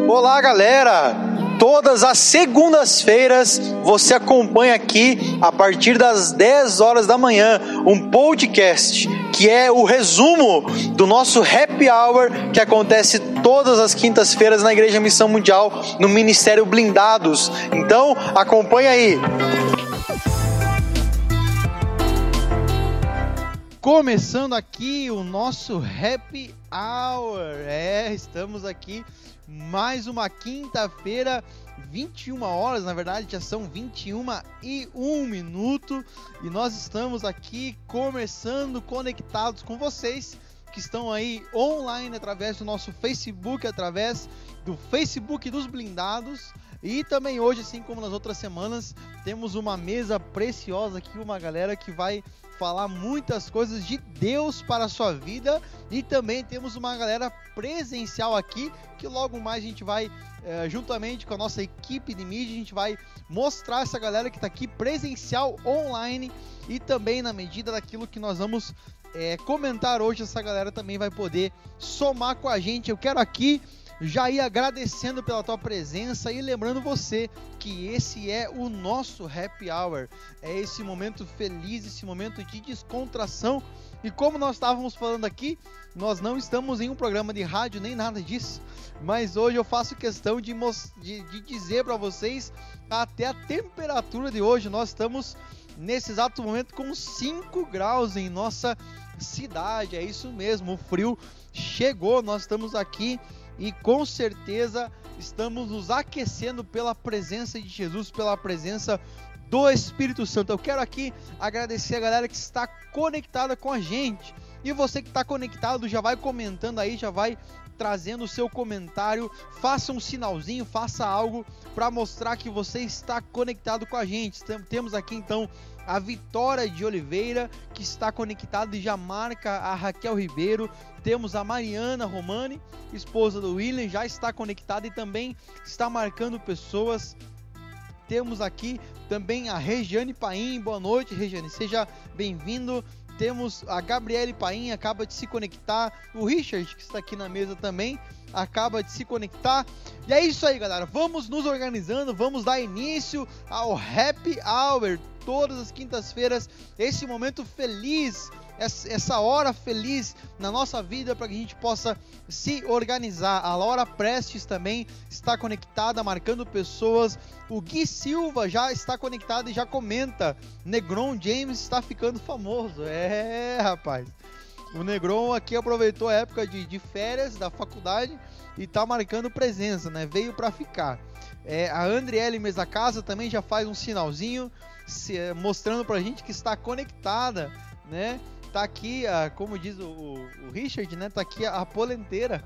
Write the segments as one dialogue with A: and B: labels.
A: Olá, galera! Todas as segundas-feiras você acompanha aqui, a partir das 10 horas da manhã, um podcast que é o resumo do nosso Happy Hour, que acontece todas as quintas-feiras na Igreja Missão Mundial, no Ministério Blindados. Então, acompanha aí! Começando aqui o nosso Happy Hour. Estamos aqui mais uma quinta-feira, 21 horas, na verdade já são 21h01, e nós estamos aqui começando conectados com vocês que estão aí online através do nosso Facebook, através do Facebook dos Blindados. E também hoje, assim como nas outras semanas, temos uma mesa preciosa aqui, uma galera que vai falar muitas coisas de Deus para a sua vida. E também temos uma galera presencial aqui, que logo mais a gente vai, juntamente com a nossa equipe de mídia, a gente vai mostrar essa galera que está aqui presencial online. E também, na medida daquilo que nós vamos comentar hoje, essa galera também vai poder somar com a gente. Eu quero aqui já ir agradecendo pela tua presença e lembrando você que esse é o nosso Happy Hour, é esse momento feliz, esse momento de descontração. E como nós estávamos falando aqui, nós não estamos em um programa de rádio nem nada disso, mas hoje eu faço questão de dizer para vocês até a temperatura de hoje. Nós estamos nesse exato momento com 5 graus em nossa cidade, é isso mesmo, o frio chegou, nós estamos aqui e com certeza estamos nos aquecendo pela presença de Jesus, pela presença do Espírito Santo. Eu quero aqui agradecer a galera que está conectada com a gente. E você que está conectado, já vai comentando aí, já vai trazendo o seu comentário. Faça um sinalzinho, faça algo para mostrar que você está conectado com a gente. Temos aqui então a Vitória de Oliveira, que está conectada e já marca a Raquel Ribeiro. Temos a Mariana Romani, esposa do William, já está conectada e também está marcando pessoas. Temos aqui também a Regiane Paim. Boa noite, Regiane, seja bem-vindo. Temos a Gabriele Paim, acaba de se conectar. O Richard, que está aqui na mesa também, acaba de se conectar. E é isso aí, galera. Vamos nos organizando, vamos dar início ao Happy Hour. Todas as quintas-feiras, esse momento feliz, essa hora feliz na nossa vida, para que a gente possa se organizar. A Laura Prestes também está conectada, marcando pessoas. O Gui Silva já está conectado e já comenta: Negron James está ficando famoso. Rapaz, o Negron aqui aproveitou a época de férias da faculdade e está marcando presença, né? Veio para ficar. A Andriele Mesa Casa também já faz um sinalzinho, mostrando pra gente que está conectada, né? Tá aqui, como diz o Richard, né? Tá aqui a polenteira,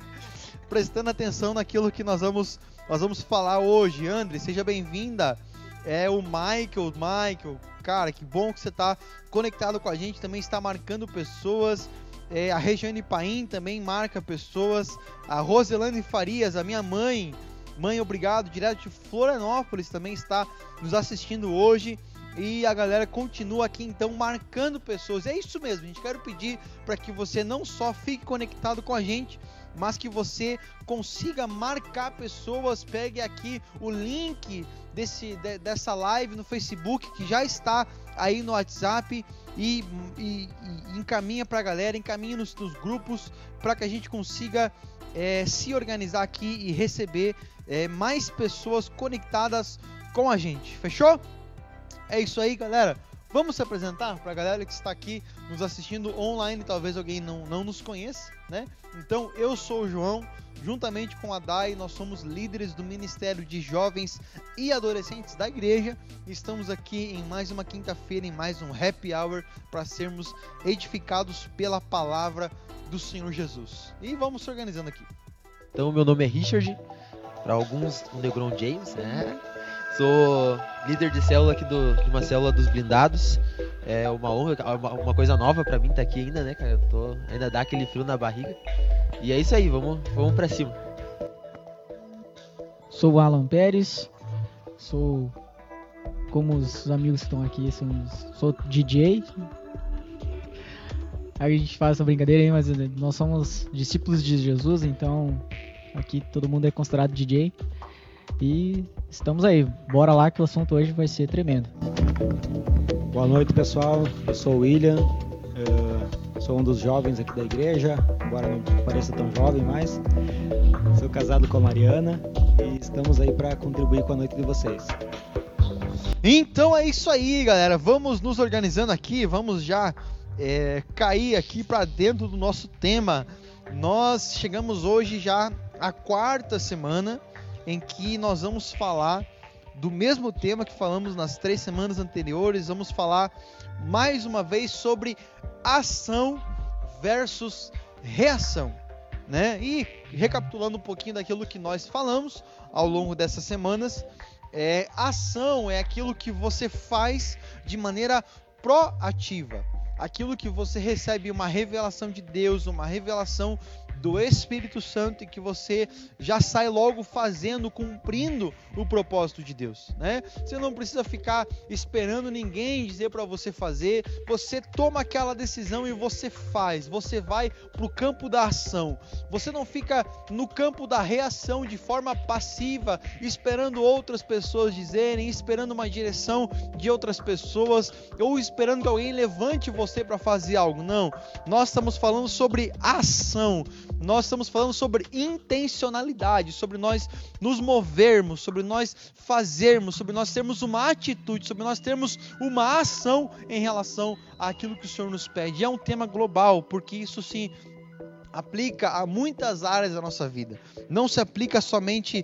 A: prestando atenção naquilo que nós vamos falar hoje. André, seja bem-vinda. O Michael, cara, que bom que você tá conectado com a gente, também está marcando pessoas. A Regiane Paim também marca pessoas. A Roselane Farias, a minha mãe, obrigado, direto de Florianópolis, também está nos assistindo hoje. E a galera continua aqui então marcando pessoas. É isso mesmo, a gente quer pedir para que você não só fique conectado com a gente, mas que você consiga marcar pessoas. Pegue aqui o link dessa live no Facebook, que já está aí no WhatsApp, e encaminha para a galera, encaminha nos grupos, para que a gente consiga se organizar aqui e receber mais pessoas conectadas com a gente. Fechou? É isso aí, galera. Vamos se apresentar para a galera que está aqui nos assistindo online. Talvez alguém não nos conheça, né? Então, eu sou o João, juntamente com a Dai, nós somos líderes do Ministério de Jovens e Adolescentes da igreja. Estamos aqui em mais uma quinta-feira, em mais um Happy Hour, para sermos edificados pela palavra do Senhor Jesus. E vamos se organizando aqui.
B: Então, meu nome é Richard, para alguns o Negron James, né? Sou líder de célula aqui de uma célula dos Blindados. É uma honra, uma coisa nova pra mim estar aqui ainda, né, cara? Ainda dá aquele frio na barriga. E é isso aí, vamos pra cima.
C: Sou o Alan Pérez, sou, como os amigos que estão aqui, sou DJ. Aí a gente faz essa brincadeira aí, mas nós somos discípulos de Jesus, então Aqui todo mundo é considerado DJ. E estamos aí. Bora lá que o assunto hoje vai ser tremendo.
D: Boa noite, pessoal. Eu sou o William. Sou um dos jovens aqui da igreja, embora não pareça tão jovem mais. Sou casado com a Mariana e estamos aí para contribuir com a noite de vocês.
A: Então é isso aí, galera. Vamos nos organizando aqui, vamos já cair aqui para dentro do nosso tema. Nós chegamos hoje já à 4ª semana em que nós vamos falar do mesmo tema que falamos nas 3 semanas anteriores. Vamos falar mais uma vez sobre ação versus reação, né? E recapitulando um pouquinho daquilo que nós falamos ao longo dessas semanas, ação é aquilo que você faz de maneira proativa, aquilo que você recebe uma revelação de Deus, uma revelação do Espírito Santo, e que você já sai logo fazendo, cumprindo o propósito de Deus, né? Você não precisa ficar esperando ninguém dizer para você fazer. Você toma aquela decisão e você faz. Você vai pro campo da ação. Você não fica no campo da reação de forma passiva, esperando outras pessoas dizerem, esperando uma direção de outras pessoas, ou esperando que alguém levante você para fazer algo. Não, nós estamos falando sobre ação. Nós estamos falando sobre intencionalidade, sobre nós nos movermos, sobre nós fazermos, sobre nós termos uma atitude, sobre nós termos uma ação em relação àquilo que o Senhor nos pede. E é um tema global, porque isso sim aplica a muitas áreas da nossa vida. Não se aplica somente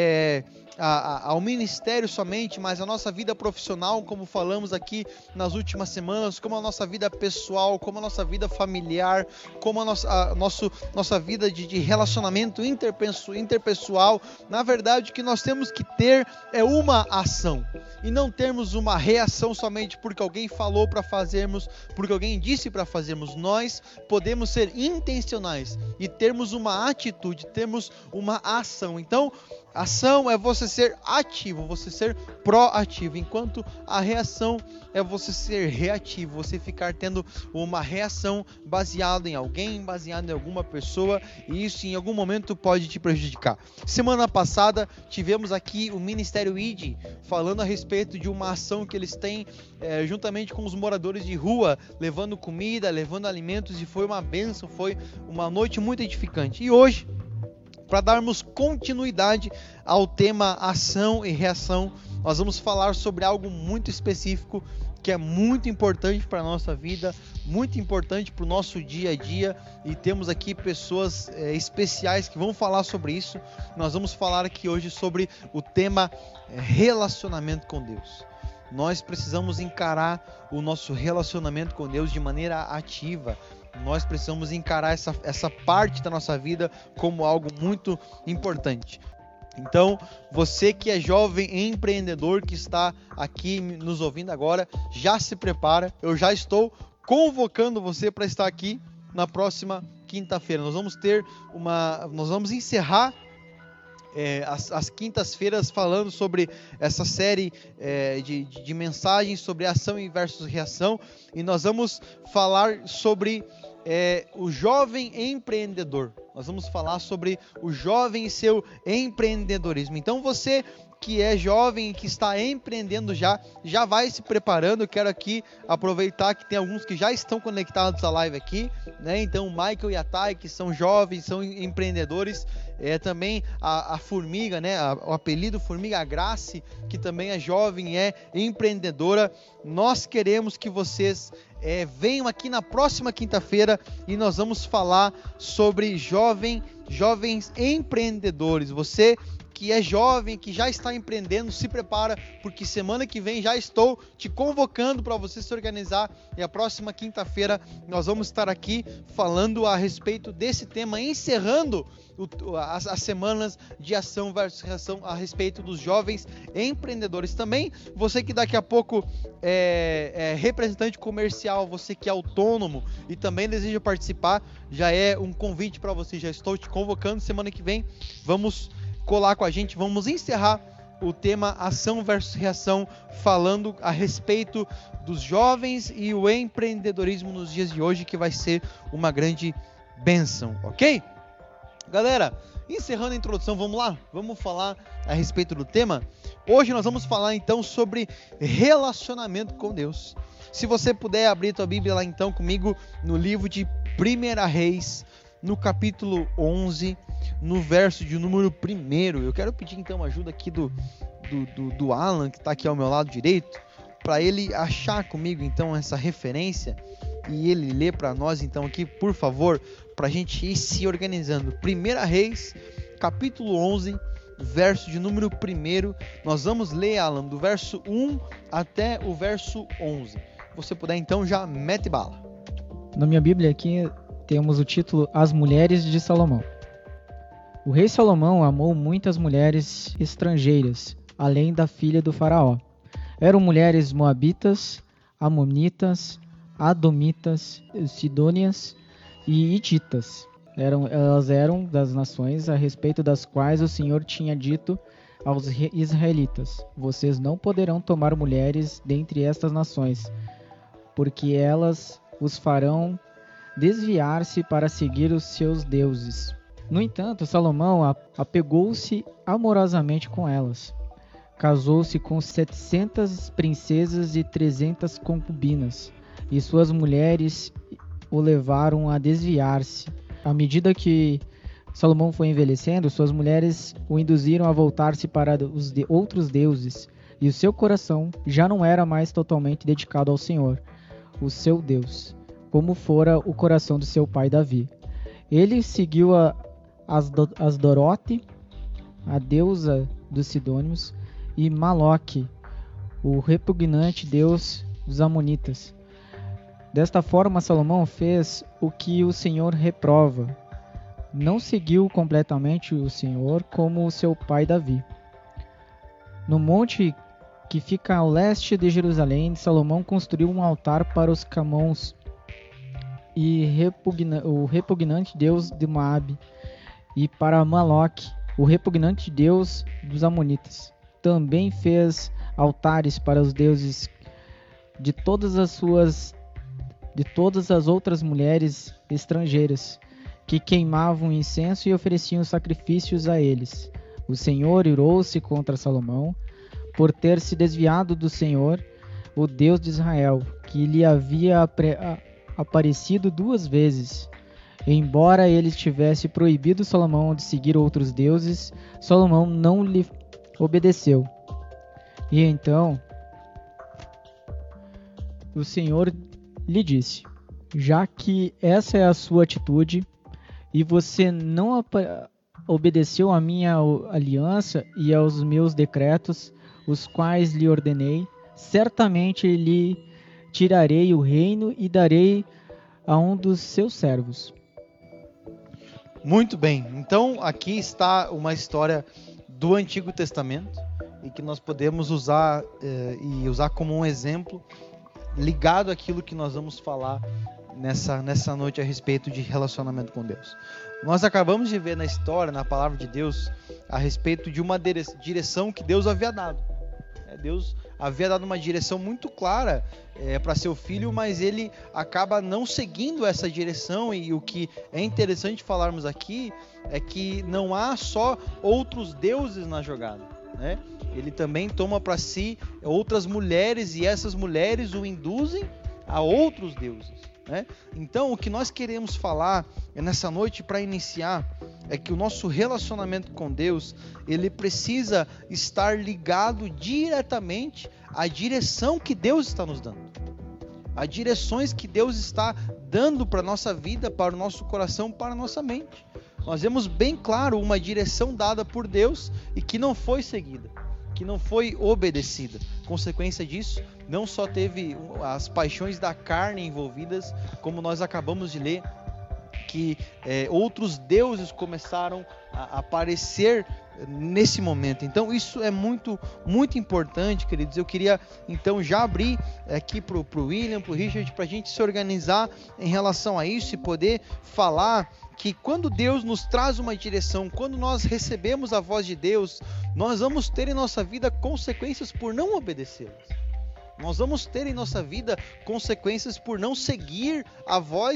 A: ao ministério somente, mas a nossa vida profissional, como falamos aqui nas últimas semanas, como a nossa vida pessoal, como a nossa vida familiar, como a nossa vida de relacionamento interpessoal. Na verdade, o que nós temos que ter é uma ação, e não termos uma reação somente porque alguém falou para fazermos, porque alguém disse para fazermos. Nós podemos ser intencionais e termos uma atitude, termos uma ação. Então, ação é você ser ativo, você ser proativo, enquanto a reação é você ser reativo, você ficar tendo uma reação baseada em alguém, baseada em alguma pessoa, e isso em algum momento pode te prejudicar. Semana passada tivemos aqui o Ministério ID falando a respeito de uma ação que eles têm juntamente com os moradores de rua, levando comida, levando alimentos, e foi uma bênção, foi uma noite muito edificante. E hoje, para darmos continuidade ao tema ação e reação, nós vamos falar sobre algo muito específico que é muito importante para a nossa vida, muito importante para o nosso dia a dia, e temos aqui pessoas especiais que vão falar sobre isso. Nós vamos falar aqui hoje sobre o tema relacionamento com Deus. Nós precisamos encarar o nosso relacionamento com Deus de maneira ativa. Nós precisamos encarar essa parte da nossa vida como algo muito importante. Então, você que é jovem empreendedor, que está aqui nos ouvindo agora, já se prepara. Eu já estou convocando você para estar aqui na próxima quinta-feira. Nós vamos encerrar as quintas-feiras falando sobre essa série de mensagens sobre ação versus reação, e nós vamos falar sobre o jovem empreendedor. Nós vamos falar sobre o jovem e seu empreendedorismo. Então você que é jovem e que está empreendendo já vai se preparando. Eu quero aqui aproveitar que tem alguns que já estão conectados à live aqui, né? Então o Michael e a Thay, que são jovens, são empreendedores, também a Formiga, né? O apelido Formiga, a Grace, que também é jovem, é empreendedora. Nós queremos que vocês venham aqui na próxima quinta-feira e nós vamos falar sobre jovens empreendedores. Você que é jovem, que já está empreendendo, se prepara, porque semana que vem já estou te convocando para você se organizar, e a próxima quinta-feira nós vamos estar aqui falando a respeito desse tema, encerrando as semanas de ação versus reação a respeito dos jovens empreendedores. Também você que daqui a pouco é representante comercial, você que é autônomo e também deseja participar, já é um convite para você, já estou te convocando. Semana que vem vamos colar com a gente, vamos encerrar o tema ação versus reação, falando a respeito dos jovens e o empreendedorismo nos dias de hoje, que vai ser uma grande bênção, ok? Galera, encerrando a introdução, vamos lá? Vamos falar a respeito do tema? Hoje nós vamos falar então sobre relacionamento com Deus. Se você puder abrir tua Bíblia lá então comigo no livro de 1 Reis, no capítulo 11, no verso de número 1. Eu quero pedir então ajuda aqui do Alan, que está aqui ao meu lado direito, para ele achar comigo então essa referência e ele ler para nós então aqui, por favor, para a gente ir se organizando. 1 Reis, capítulo 11, verso de número 1. Nós vamos ler, Alan, do verso 1 até o verso 11. Se você puder então, já mete bala.
C: Na minha Bíblia aqui temos o título As Mulheres de Salomão. O rei Salomão amou muitas mulheres estrangeiras, além da filha do faraó. Eram mulheres moabitas, amonitas, adomitas, sidônias e hititas. Elas eram das nações a respeito das quais o Senhor tinha dito aos israelitas: vocês não poderão tomar mulheres dentre estas nações, porque elas os farão desviar-se para seguir os seus deuses. No entanto, Salomão apegou-se amorosamente com elas. Casou-se com 700 princesas e 300 concubinas, e suas mulheres o levaram a desviar-se. À medida que Salomão foi envelhecendo, suas mulheres o induziram a voltar-se para os outros deuses, e o seu coração já não era mais totalmente dedicado ao Senhor, o seu Deus, como fora o coração do seu pai Davi. Ele seguiu Asdorote, a deusa dos sidônios, e Maloque, o repugnante deus dos amonitas. Desta forma, Salomão fez o que o Senhor reprova. Não seguiu completamente o Senhor como o seu pai Davi. No monte que fica ao leste de Jerusalém, Salomão construiu um altar para os Camões e o repugnante deus de Moabe, e para Maloque, o repugnante deus dos amonitas. Também fez altares para os deuses de todas as outras mulheres estrangeiras, que queimavam incenso e ofereciam sacrifícios a eles. O Senhor irou-se contra Salomão por ter se desviado do Senhor, o Deus de Israel, que lhe havia aparecido 2 vezes. Embora ele tivesse proibido Salomão de seguir outros deuses, Salomão não lhe obedeceu. E então o Senhor lhe disse: já que essa é a sua atitude e você não obedeceu à minha aliança e aos meus decretos, os quais lhe ordenei, certamente lhe tirarei o reino e darei a um dos seus servos.
A: Muito bem, então aqui está uma história do Antigo Testamento e que nós podemos usar como um exemplo ligado àquilo que nós vamos falar nessa noite a respeito de relacionamento com Deus. Nós acabamos de ver na história, na palavra de Deus, a respeito de uma direção que Deus havia dado. Deus havia dado uma direção muito clara para seu filho, mas ele acaba não seguindo essa direção, e o que é interessante falarmos aqui é que não há só outros deuses na jogada, né? Ele também toma para si outras mulheres, e essas mulheres o induzem a outros deuses, né? Então, o que nós queremos falar nessa noite para iniciar é que o nosso relacionamento com Deus, ele precisa estar ligado diretamente à direção que Deus está nos dando, a direções que Deus está dando para a nossa vida, para o nosso coração, para a nossa mente. Nós vemos bem claro uma direção dada por Deus e que não foi seguida, que não foi obedecida. Consequência disso, não só teve as paixões da carne envolvidas, como nós acabamos de ler, que outros deuses começaram a aparecer nesse momento. Então isso é muito, muito importante, queridos. Eu queria então já abrir aqui para o William, para o Richard, para a gente se organizar em relação a isso e poder falar que quando Deus nos traz uma direção, quando nós recebemos a voz de Deus, nós vamos ter em nossa vida consequências por não obedecê-las. Nós vamos ter em nossa vida consequências por não seguir a voz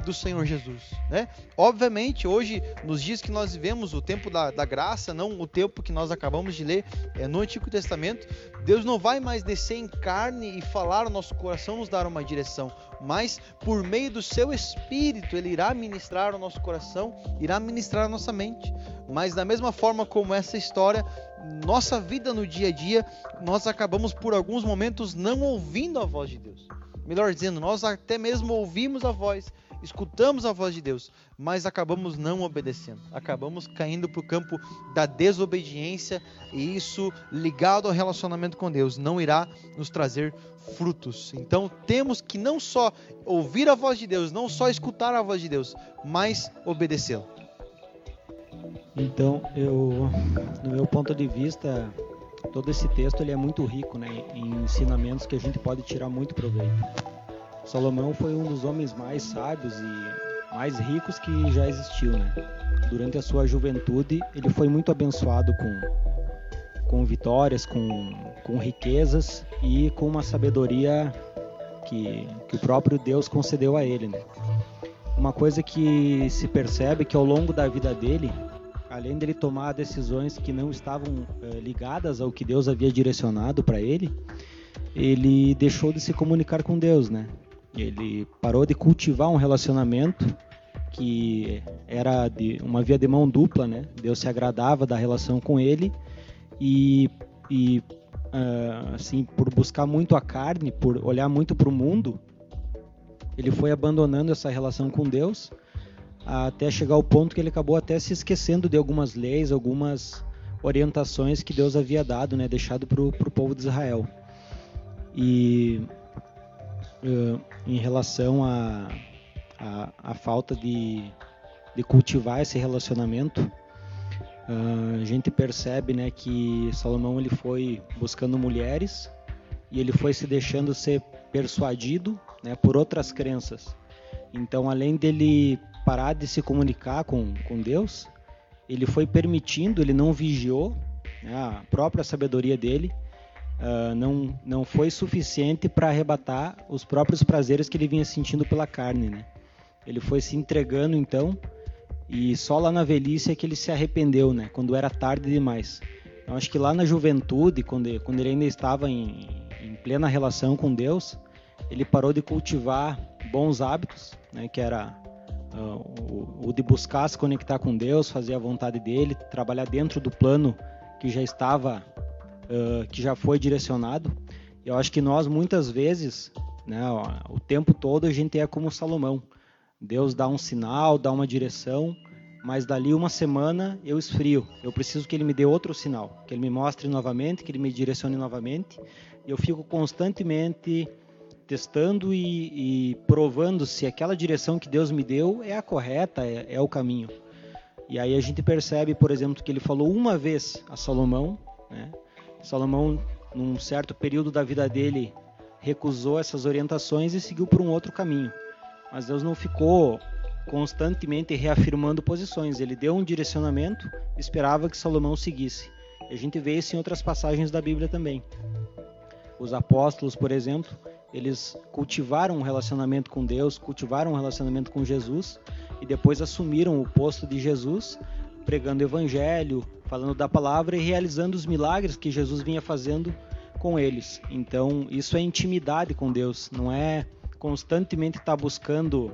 A: do Senhor Jesus, né? Obviamente, hoje, nos dias que nós vivemos, o tempo da graça, não o tempo que nós acabamos de ler no Antigo Testamento, Deus não vai mais descer em carne e falar ao nosso coração, nos dar uma direção, mas por meio do seu Espírito, Ele irá ministrar o nosso coração, irá ministrar a nossa mente. Mas da mesma forma como essa história, nossa vida no dia a dia, nós acabamos por alguns momentos não ouvindo a voz de Deus. Melhor dizendo, nós até mesmo ouvimos a voz, escutamos a voz de Deus, mas acabamos não obedecendo, acabamos caindo para o campo da desobediência, e isso, ligado ao relacionamento com Deus, não irá nos trazer frutos. Então temos que não só ouvir a voz de Deus, não só escutar a voz de Deus, mas obedecê-lo.
D: Então, no meu ponto de vista, todo esse texto ele é muito rico, né, em ensinamentos que a gente pode tirar muito proveito. Salomão foi um dos homens mais sábios e mais ricos que já existiu, né? Durante a sua juventude, ele foi muito abençoado com vitórias, com riquezas e com uma sabedoria que o próprio Deus concedeu a ele, né? Uma coisa que se percebe é que ao longo da vida dele, além dele tomar decisões que não estavam ligadas ao que Deus havia direcionado para ele deixou de se comunicar com Deus, né? Ele parou de cultivar um relacionamento que era uma via de mão dupla, né? Deus se agradava da relação com ele e assim, por buscar muito a carne, por olhar muito para o mundo, ele foi abandonando essa relação com Deus, até chegar ao ponto que ele acabou até se esquecendo de algumas leis, algumas orientações que Deus havia dado, né, deixado para o povo de Israel. E em relação à falta de cultivar esse relacionamento, a gente percebe, né, que Salomão ele foi buscando mulheres e ele foi se deixando ser persuadido, né, por outras crenças. Então, além dele parar de se comunicar com Deus, ele foi permitindo, ele não vigiou, né, a própria sabedoria dele não foi suficiente para arrebatar os próprios prazeres que ele vinha sentindo pela carne, né? Ele foi se entregando então, e só lá na velhice é que ele se arrependeu, né, quando era tarde demais. Eu acho que lá na juventude, quando ele ainda estava em plena relação com Deus, ele parou de cultivar bons hábitos, né, que era o de buscar se conectar com Deus, fazer a vontade dele, trabalhar dentro do plano que já estava, que já foi direcionado. Eu acho que nós muitas vezes, né, o tempo todo a gente é como Salomão. Deus dá um sinal, dá uma direção, mas dali uma semana eu esfrio. Eu preciso que ele me dê outro sinal, que ele me mostre novamente, que ele me direcione novamente. E eu fico constantemente testando e provando se aquela direção que Deus me deu é a correta, é o caminho. E aí a gente percebe, por exemplo, que ele falou uma vez a Salomão, né? Salomão, num certo período da vida dele, recusou essas orientações e seguiu por um outro caminho. Mas Deus não ficou constantemente reafirmando posições. Ele deu um direcionamento e esperava que Salomão seguisse. E a gente vê isso em outras passagens da Bíblia também. Os apóstolos, por exemplo, eles cultivaram um relacionamento com Deus, cultivaram um relacionamento com Jesus e depois assumiram o posto de Jesus, pregando o evangelho, falando da palavra e realizando os milagres que Jesus vinha fazendo com eles. Então, isso é intimidade com Deus, não é constantemente estar buscando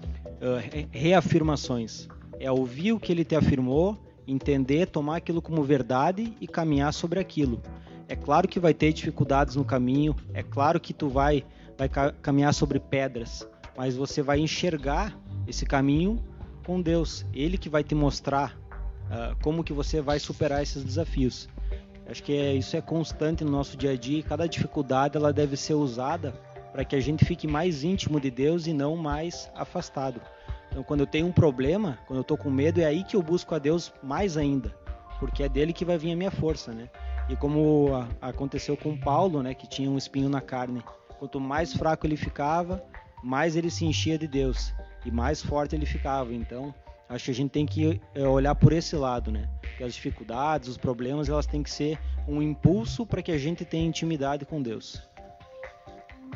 D: reafirmações. É ouvir o que ele te afirmou, entender, tomar aquilo como verdade e caminhar sobre aquilo. É claro que vai ter dificuldades no caminho, é claro que tu vai caminhar sobre pedras, mas você vai enxergar esse caminho com Deus. Ele que vai te mostrar como que você vai superar esses desafios. Acho que isso é constante no nosso dia a dia, e cada dificuldade ela deve ser usada para que a gente fique mais íntimo de Deus e não mais afastado. Então, quando eu tenho um problema, quando eu estou com medo, é aí que eu busco a Deus mais ainda, porque é dele que vai vir a minha força, né? E como aconteceu com Paulo, né, que tinha um espinho na carne, quanto mais fraco ele ficava, mais ele se enchia de Deus e mais forte ele ficava. Então, acho que a gente tem que olhar por esse lado, né? Que as dificuldades, os problemas, elas têm que ser um impulso para que a gente tenha intimidade com Deus.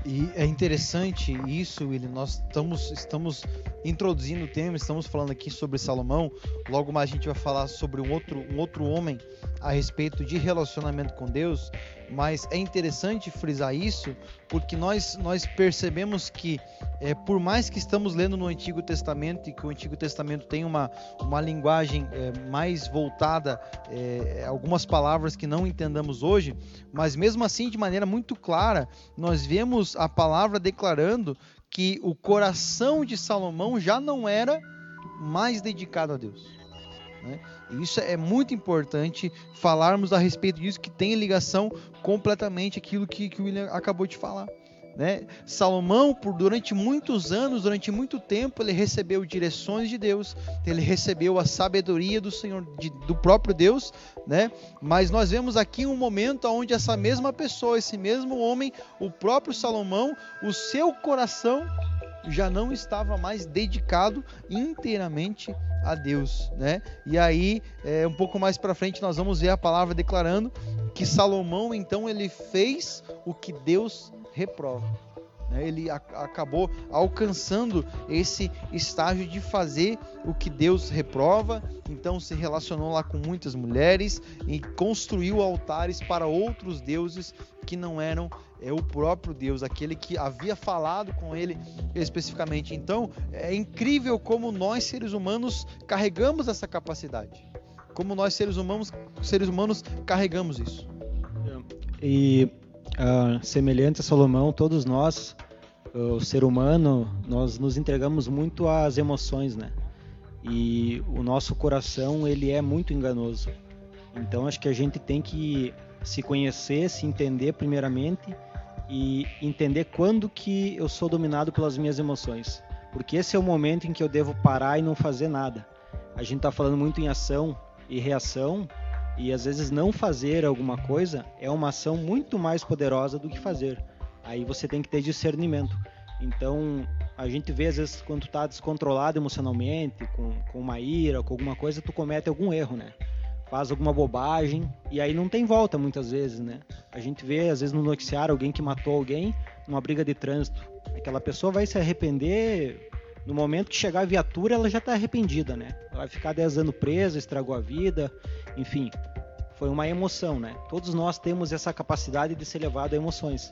A: E é interessante isso, William. Nós estamos introduzindo o tema, estamos falando aqui sobre Salomão. Logo mais a gente vai falar sobre um outro homem a respeito de relacionamento com Deus. Mas é interessante frisar isso, porque nós percebemos que, por mais que estamos lendo no Antigo Testamento, e que o Antigo Testamento tem uma linguagem mais voltada, algumas palavras que não entendamos hoje, mas mesmo assim, de maneira muito clara, nós vemos a palavra declarando que o coração de Salomão já não era mais dedicado a Deus, né? E isso é muito importante falarmos a respeito disso, que tem ligação completamente aquilo que o William acabou de falar, né? Salomão, durante muitos anos, durante muito tempo, ele recebeu direções de Deus, ele recebeu a sabedoria do Senhor, do próprio Deus, né? Mas nós vemos aqui um momento onde essa mesma pessoa, esse mesmo homem, o próprio Salomão, o seu coração já não estava mais dedicado inteiramente a Deus, né? E aí, um pouco mais para frente, nós vamos ver a palavra declarando que Salomão, então, ele fez o que Deus reprova, né? Ele acabou alcançando esse estágio de fazer o que Deus reprova. Então se relacionou lá com muitas mulheres e construiu altares para outros deuses que não eram o próprio Deus, aquele que havia falado com ele especificamente. Então é incrível como nós seres humanos carregamos essa capacidade, como nós seres humanos carregamos isso.
D: E semelhante a Salomão, todos nós, o ser humano, nós nos entregamos muito às emoções, né? E o nosso coração, ele é muito enganoso. Então acho que a gente tem que se conhecer, se entender primeiramente e entender quando que eu sou dominado pelas minhas emoções, porque esse é o momento em que eu devo parar e não fazer nada. A gente está falando muito em ação e reação, e às vezes não fazer alguma coisa é uma ação muito mais poderosa do que fazer. Aí você tem que ter discernimento. Então a gente vê às vezes quando tu tá descontrolado emocionalmente, com uma ira, com alguma coisa, tu comete algum erro, né? Faz alguma bobagem e aí não tem volta muitas vezes, né? A gente vê às vezes no noticiário alguém que matou alguém numa briga de trânsito. Aquela pessoa vai se arrepender, no momento que chegar a viatura ela já está arrependida, né? Ela vai ficar 10 anos presa, estragou a vida, enfim, foi uma emoção, né? Todos nós temos essa capacidade de ser levado a emoções.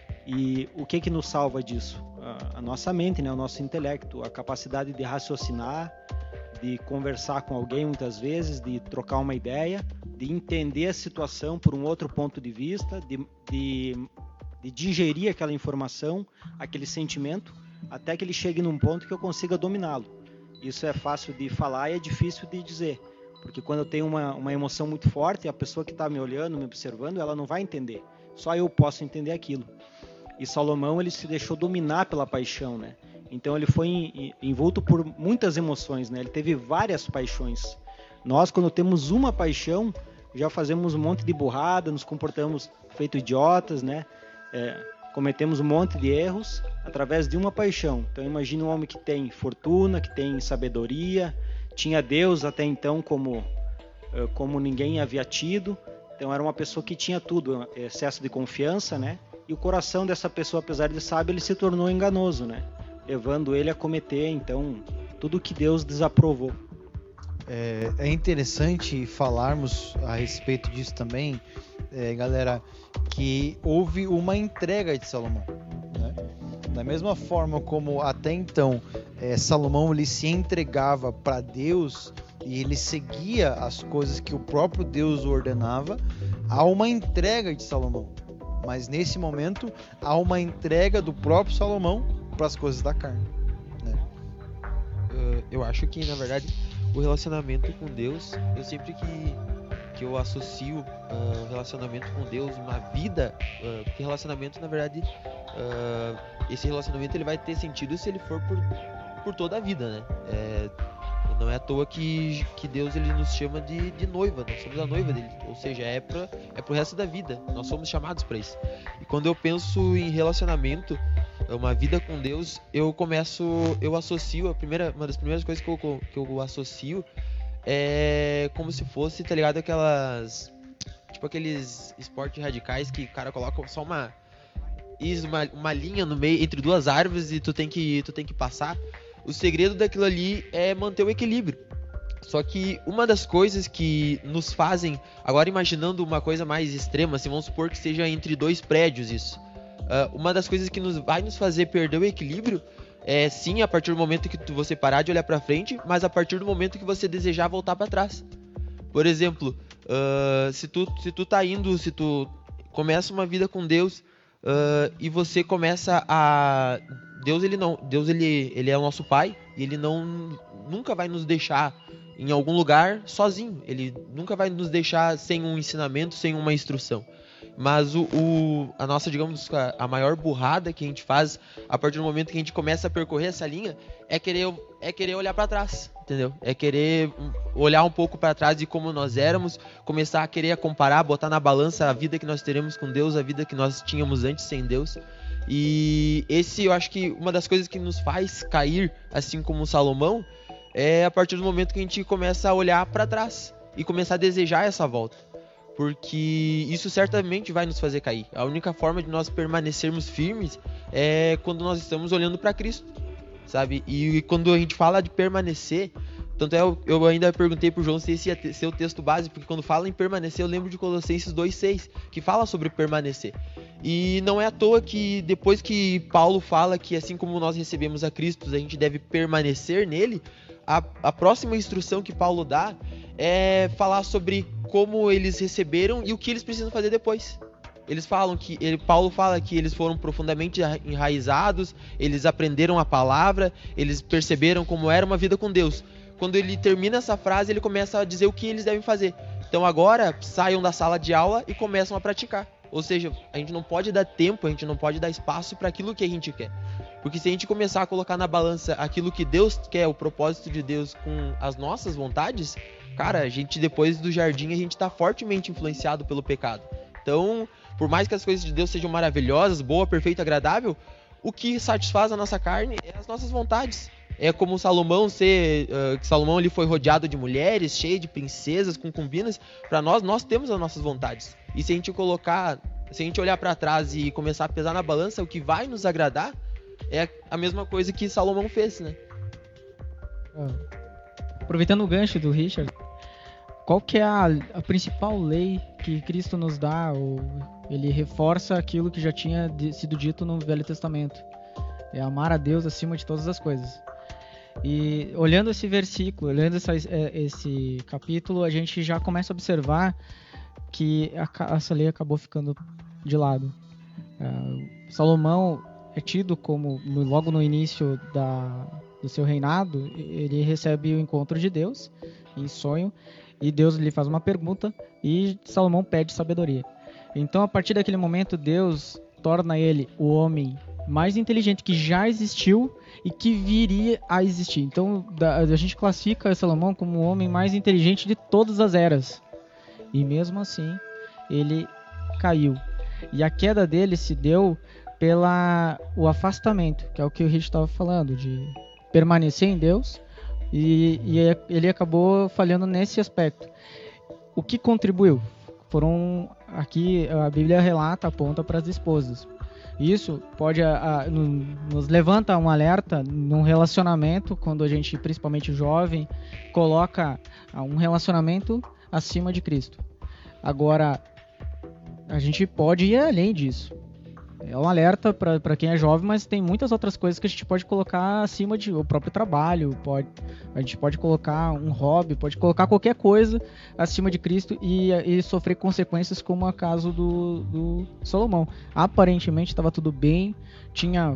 D: E o que nos salva disso? A nossa mente, né? O nosso intelecto, a capacidade de raciocinar, de conversar com alguém muitas vezes, de trocar uma ideia, de entender a situação por um outro ponto de vista, de digerir aquela informação, aquele sentimento, até que ele chegue num ponto que eu consiga dominá-lo. Isso é fácil de falar e é difícil de dizer, porque quando eu tenho uma emoção muito forte, a pessoa que está me olhando, me observando, ela não vai entender. Só eu posso entender aquilo. E Salomão, ele se deixou dominar pela paixão, né? Então ele foi envolto por muitas emoções, né? Ele teve várias paixões. Nós, quando temos uma paixão, já fazemos um monte de burrada, nos comportamos feito idiotas, né? Cometemos um monte de erros através de uma paixão. Então imagine um homem que tem fortuna, que tem sabedoria, tinha Deus até então como ninguém havia tido. Então era uma pessoa que tinha tudo, excesso de confiança, né? E o coração dessa pessoa, apesar de sábio, ele se tornou enganoso, né? Levando ele a cometer, então, tudo que Deus desaprovou.
A: É interessante falarmos a respeito disso também, galera, que houve uma entrega de Salomão, né? Da mesma forma como até então Salomão ele se entregava para Deus e ele seguia as coisas que o próprio Deus ordenava, há uma entrega de Salomão. Mas nesse momento há uma entrega do próprio Salomão para as coisas da carne, né?
B: Eu acho que, na verdade, o relacionamento com Deus, eu sempre que eu associo relacionamento com Deus, uma vida, porque relacionamento, na verdade, esse relacionamento ele vai ter sentido se ele for por toda a vida, né? Não é à toa que Deus ele nos chama de noiva, nós somos a noiva dele, ou seja, é pro resto da vida, nós somos chamados para isso. E quando eu penso em relacionamento, uma vida com Deus, eu associo, uma das primeiras coisas que eu associo é como se fosse, tá ligado, aqueles esportes radicais que o cara coloca só uma linha no meio entre duas árvores e tu tem que passar. O segredo daquilo ali é manter o equilíbrio. Só que uma das coisas que nos fazem, agora imaginando uma coisa mais extrema, assim, vamos supor que seja entre dois prédios isso. Uma das coisas que vai nos fazer perder o equilíbrio é sim a partir do momento que você parar de olhar pra frente, mas a partir do momento que você desejar voltar pra trás. Por exemplo, se tu começa uma vida com Deus e você começa a... Deus ele é o nosso Pai e ele nunca vai nos deixar em algum lugar sozinho. Ele nunca vai nos deixar sem um ensinamento, sem uma instrução. Mas a nossa, digamos, a maior burrada que a gente faz a partir do momento que a gente começa a percorrer essa linha é querer olhar para trás, entendeu? É querer olhar um pouco para trás de como nós éramos, começar a querer comparar, botar na balança a vida que nós teremos com Deus, a vida que nós tínhamos antes sem Deus. E eu acho que uma das coisas que nos faz cair, assim como Salomão, é a partir do momento que a gente começa a olhar para trás e começar a desejar essa volta. Porque isso certamente vai nos fazer cair. A única forma de nós permanecermos firmes é quando nós estamos olhando para Cristo, sabe? E quando a gente fala de permanecer, tanto eu ainda perguntei pro João se esse ia ser o texto base, porque quando fala em permanecer eu lembro de Colossenses 2,6, que fala sobre permanecer. E não é à toa que depois que Paulo fala que assim como nós recebemos a Cristo, a gente deve permanecer nele, a próxima instrução que Paulo dá é falar sobre como eles receberam e o que eles precisam fazer depois. Paulo fala que eles foram profundamente enraizados, eles aprenderam a palavra, eles perceberam como era uma vida com Deus. Quando ele termina essa frase, ele começa a dizer o que eles devem fazer. Então agora, saiam da sala de aula e começam a praticar. Ou seja, a gente não pode dar tempo, a gente não pode dar espaço para aquilo que a gente quer. Porque se a gente começar a colocar na balança aquilo que Deus quer, o propósito de Deus com as nossas vontades, cara, a gente depois do jardim, a gente está fortemente influenciado pelo pecado. Então, por mais que as coisas de Deus sejam maravilhosas, boa, perfeita, agradável, o que satisfaz a nossa carne é as nossas vontades. É como Salomão Salomão ele foi rodeado de mulheres, cheio de princesas, concubinas. Para nós temos as nossas vontades. E se a gente olhar para trás e começar a pesar na balança, o que vai nos agradar é a mesma coisa que Salomão fez, né?
C: Aproveitando o gancho do Richard, qual que é a principal lei que Cristo nos dá, ou ele reforça aquilo que já tinha sido dito no Velho Testamento? É amar a Deus acima de todas as coisas. E olhando esse versículo, olhando esse capítulo, a gente já começa a observar que essa lei acabou ficando de lado. Salomão é tido como, logo no início do seu reinado, ele recebe o encontro de Deus em sonho, e Deus lhe faz uma pergunta e Salomão pede sabedoria. Então, a partir daquele momento, Deus torna ele o homem mais inteligente que já existiu e que viria a existir. Então, a gente classifica Salomão como o homem mais inteligente de todas as eras. E mesmo assim, ele caiu. E a queda dele se deu o afastamento, que é o que o Rich estava falando, de permanecer em Deus, e ele acabou falhando nesse aspecto. O que contribuiu? Aqui a Bíblia relata, aponta para as esposas. Isso pode nos levanta um alerta num relacionamento, quando a gente, principalmente jovem, coloca um relacionamento acima de Cristo. Agora, a gente pode ir além disso. É um alerta para quem é jovem, mas tem muitas outras coisas que a gente pode colocar acima do próprio trabalho. A gente pode colocar um hobby, pode colocar qualquer coisa acima de Cristo e sofrer consequências, como é o caso do Salomão. Aparentemente estava tudo bem, tinha,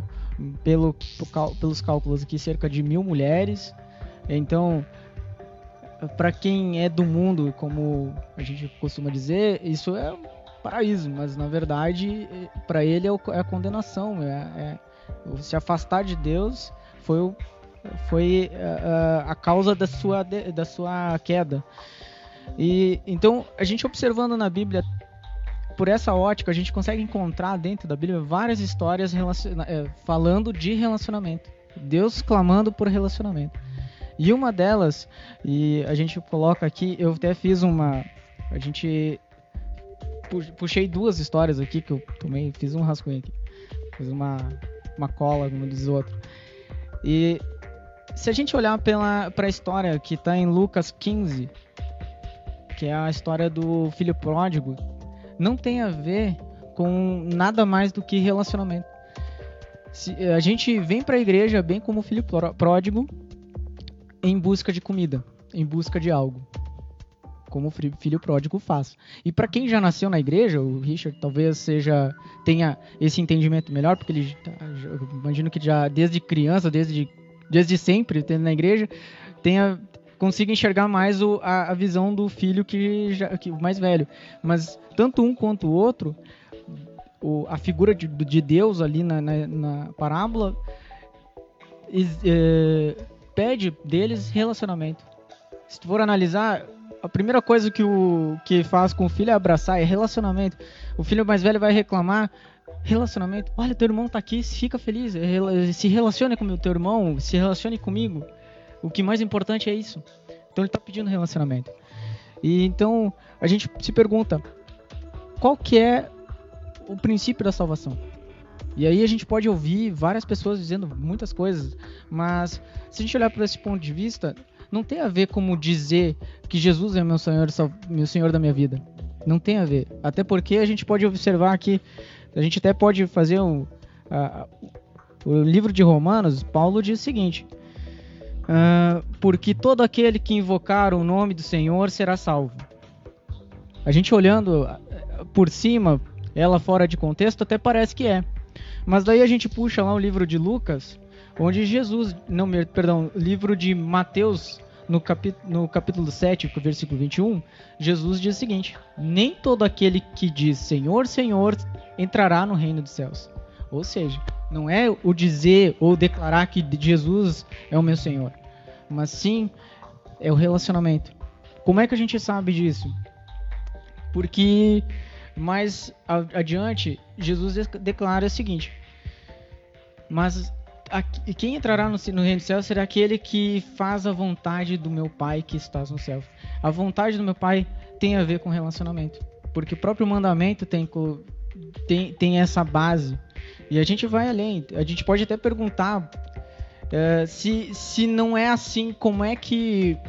C: pelos cálculos aqui, cerca de 1.000 mulheres. Então, para quem é do mundo, como a gente costuma dizer, isso é paraíso, mas na verdade para ele é a condenação, se afastar de Deus foi a causa da sua queda. E então, a gente observando na Bíblia por essa ótica, a gente consegue encontrar dentro da Bíblia várias histórias falando de relacionamento, Deus clamando por relacionamento. E uma delas, e a gente coloca aqui, eu até puxei duas histórias aqui que eu fiz um rascunho aqui. fez uma cola, como diz o outro. E se a gente olhar para a história que está em Lucas 15, que é a história do filho pródigo, não tem a ver com nada mais do que relacionamento. A gente vem para a igreja bem como filho pródigo em busca de comida, em busca de algo, como o filho pródigo faz. E para quem já nasceu na igreja, o Richard talvez tenha esse entendimento melhor, porque eu imagino que já desde criança, desde sempre, tendo na igreja, consiga enxergar mais a visão do filho que o mais velho. Mas tanto um quanto o outro, a figura de Deus ali na parábola pede deles relacionamento. Se tu for analisar, a primeira coisa que faz com o filho é abraçar, é relacionamento. O filho mais velho vai reclamar, relacionamento. Olha, teu irmão tá aqui, fica feliz, se relacione com o teu irmão, se relacione comigo. O que mais importante é isso. Então ele está pedindo relacionamento. E então a gente se pergunta, qual que é o princípio da salvação? E aí a gente pode ouvir várias pessoas dizendo muitas coisas, mas se a gente olhar por esse ponto de vista, não tem a ver como dizer que Jesus é meu Senhor da minha vida. Não tem a ver. Até porque a gente pode observar que a gente até pode fazer o livro de Romanos. Paulo diz o seguinte: porque todo aquele que invocar o nome do Senhor será salvo. A gente olhando por cima, ela fora de contexto, até parece que é. Mas daí a gente puxa lá o livro de Lucas, onde livro de Mateus, no capítulo 7, versículo 21, Jesus diz o seguinte: nem todo aquele que diz Senhor, Senhor, entrará no reino dos céus. Ou seja, não é o dizer ou declarar que Jesus é o meu Senhor, mas sim é o relacionamento. Como é que a gente sabe disso? Porque mais adiante, Jesus declara o seguinte: mas quem entrará no reino do céu será aquele que faz a vontade do meu Pai que estás no céu. A vontade do meu Pai tem a ver com relacionamento, porque o próprio mandamento tem essa base. E a gente vai além. A gente pode até perguntar se não é assim, como é que...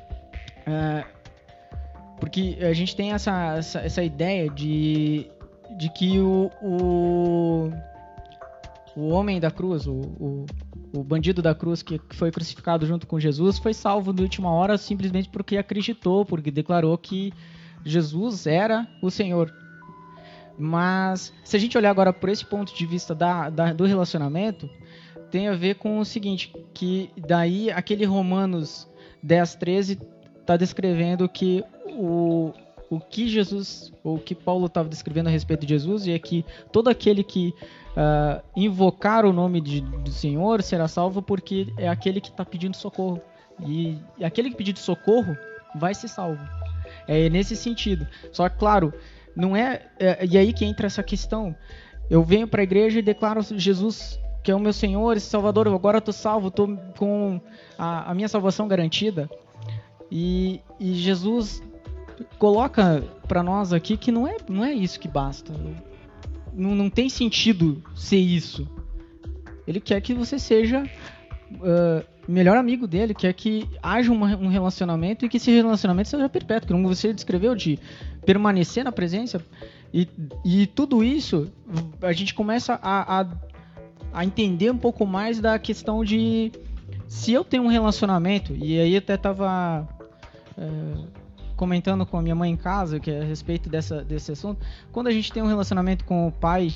C: porque a gente tem essa ideia de que o homem da cruz, o bandido da cruz que foi crucificado junto com Jesus, foi salvo de última hora simplesmente porque acreditou, porque declarou que Jesus era o Senhor. Mas se a gente olhar agora por esse ponto de vista do relacionamento, tem a ver com o seguinte, que daí aquele Romanos 10:13 está descrevendo que o que Jesus, ou o que Paulo estava descrevendo a respeito de Jesus, e é que todo aquele que invocar o nome do Senhor será salvo, porque é aquele que está pedindo socorro. E aquele que pedir socorro vai ser salvo. É nesse sentido. Só que, claro, não e aí que entra essa questão. Eu venho para a igreja e declaro Jesus, que é o meu Senhor e Salvador. Agora estou salvo, estou com a minha salvação garantida. E Jesus coloca para nós aqui que não é isso que basta. Não tem sentido ser isso. Ele quer que você seja melhor amigo dele, quer que haja um relacionamento e que esse relacionamento seja perpétuo, como você descreveu, de permanecer na presença. E tudo isso, a gente começa a entender um pouco mais da questão de se eu tenho um relacionamento, e aí eu até estava comentando com a minha mãe em casa, que é a respeito desse assunto. Quando a gente tem um relacionamento com o pai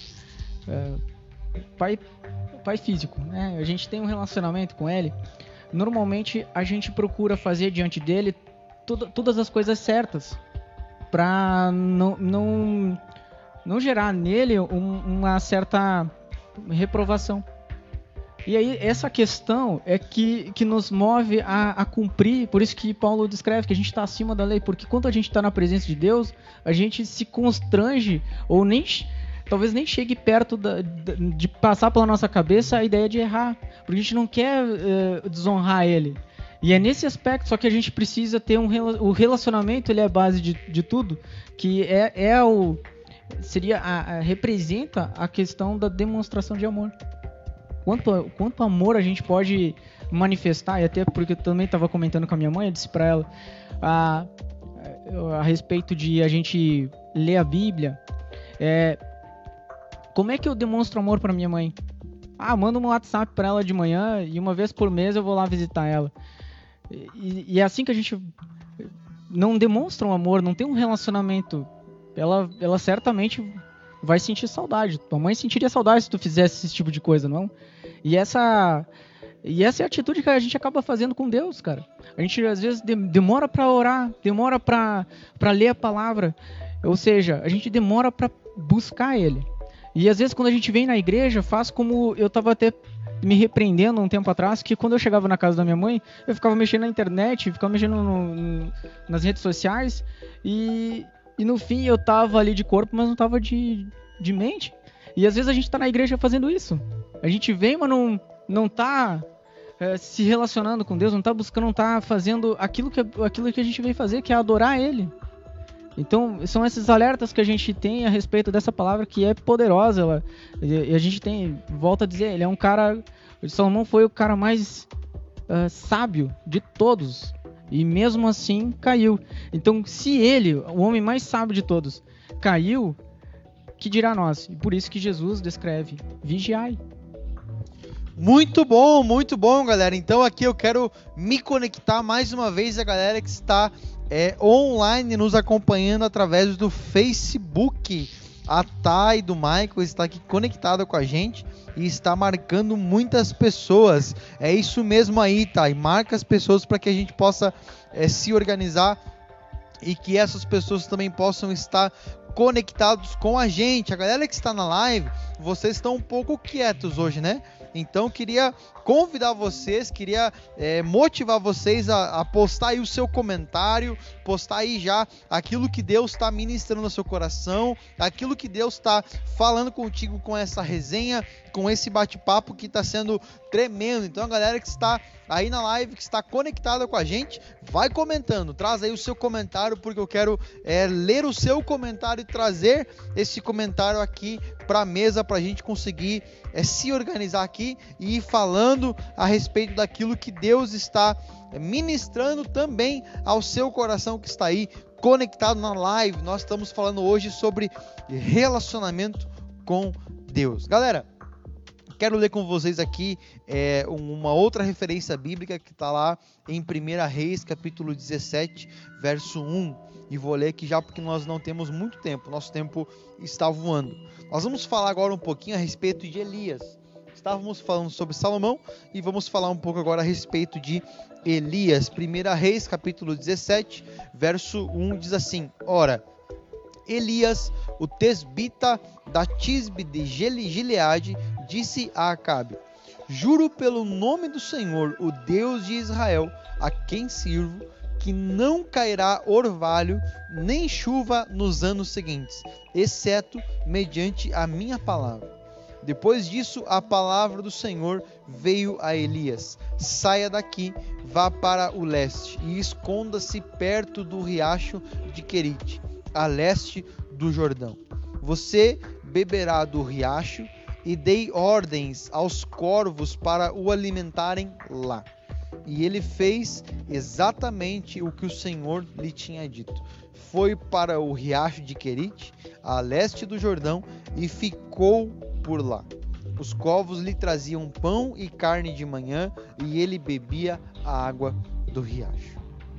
C: físico, né? A gente tem um relacionamento com ele, normalmente a gente procura fazer diante dele todas as coisas certas para não gerar nele uma certa reprovação. E aí essa questão é que nos move a cumprir. Por isso que Paulo descreve que a gente está acima da lei, porque quando a gente está na presença de Deus, a gente se constrange, ou talvez nem chegue perto de passar pela nossa cabeça a ideia de errar, porque a gente não quer desonrar ele. E é nesse aspecto, só que a gente precisa ter o relacionamento, ele é a base de tudo, que representa a questão da demonstração de amor. Quanto amor a gente pode manifestar, e até porque eu também estava comentando com a minha mãe, eu disse para ela a respeito de a gente ler a Bíblia, como é que eu demonstro amor para minha mãe? Mando um WhatsApp para ela de manhã e uma vez por mês eu vou lá visitar ela. E é assim que a gente não demonstra um amor, não tem um relacionamento. Ela certamente vai sentir saudade. Tua mãe sentiria saudade se tu fizesse esse tipo de coisa, não? E essa é a atitude que a gente acaba fazendo com Deus, cara. A gente às vezes demora para orar, demora para ler a palavra. Ou seja, a gente demora para buscar Ele. E às vezes quando a gente vem na igreja, faz como eu estava até me repreendendo um tempo atrás, que quando eu chegava na casa da minha mãe, eu ficava mexendo na internet, ficava mexendo nas redes sociais, e no fim eu tava ali de corpo, mas não tava de mente. E às vezes a gente tá na igreja fazendo isso. A gente vem, mas não tá se relacionando com Deus, não tá buscando, não tá fazendo aquilo que a gente veio fazer, que é adorar Ele. Então, são esses alertas que a gente tem a respeito dessa palavra, que é poderosa. E a gente volta a dizer, ele é um cara... Salomão foi o cara mais sábio de todos. E mesmo assim, caiu. Então, se ele, o homem mais sábio de todos, caiu, que dirá nós? E por isso que Jesus descreve, vigiai.
A: Muito bom, galera. Então, aqui eu quero me conectar mais uma vez a galera que está... online nos acompanhando através do Facebook. A Thay do Michael está aqui conectada com a gente e está marcando muitas pessoas. É isso mesmo aí, Thay. Marca as pessoas para que a gente possa se organizar e que essas pessoas também possam estar conectados com a gente. A galera que está na live, vocês estão um pouco quietos hoje, né? Então queria convidar vocês, queria motivar vocês a postar aí o seu comentário, postar aí já aquilo que Deus está ministrando no seu coração, aquilo que Deus está falando contigo com essa resenha, com esse bate-papo que está sendo tremendo. Então a galera que está aí na live, que está conectada com a gente, vai comentando, traz aí o seu comentário, porque eu quero ler o seu comentário e trazer esse comentário aqui para a mesa, para a gente conseguir se organizar aqui e ir falando a respeito daquilo que Deus está ministrando também ao seu coração que está aí conectado na live. Nós estamos falando hoje sobre relacionamento com Deus. Galera, quero ler com vocês aqui uma outra referência bíblica que está lá em 1 Reis, capítulo 17, verso 1. E vou ler aqui já porque nós não temos muito tempo, nosso tempo está voando. Nós vamos falar agora um pouquinho a respeito de Elias. Estávamos falando sobre Salomão e vamos falar um pouco agora a respeito de Elias. 1 Reis, capítulo 17, verso 1 diz assim: Ora, Elias, o tesbita da Tisbe de Gileade, disse a Acabe: Juro pelo nome do Senhor, o Deus de Israel, a quem sirvo, que não cairá orvalho nem chuva nos anos seguintes, exceto mediante a minha palavra. Depois disso, a palavra do Senhor veio a Elias: Saia daqui, vá para o leste e esconda-se perto do riacho de Querite, a leste do Jordão. Você beberá do riacho e dei ordens aos corvos para o alimentarem lá. E ele fez exatamente o que o Senhor lhe tinha dito. Foi para o riacho de Querite, a leste do Jordão, e ficou por lá. Os corvos lhe traziam pão e carne de manhã, e ele bebia a água do riacho.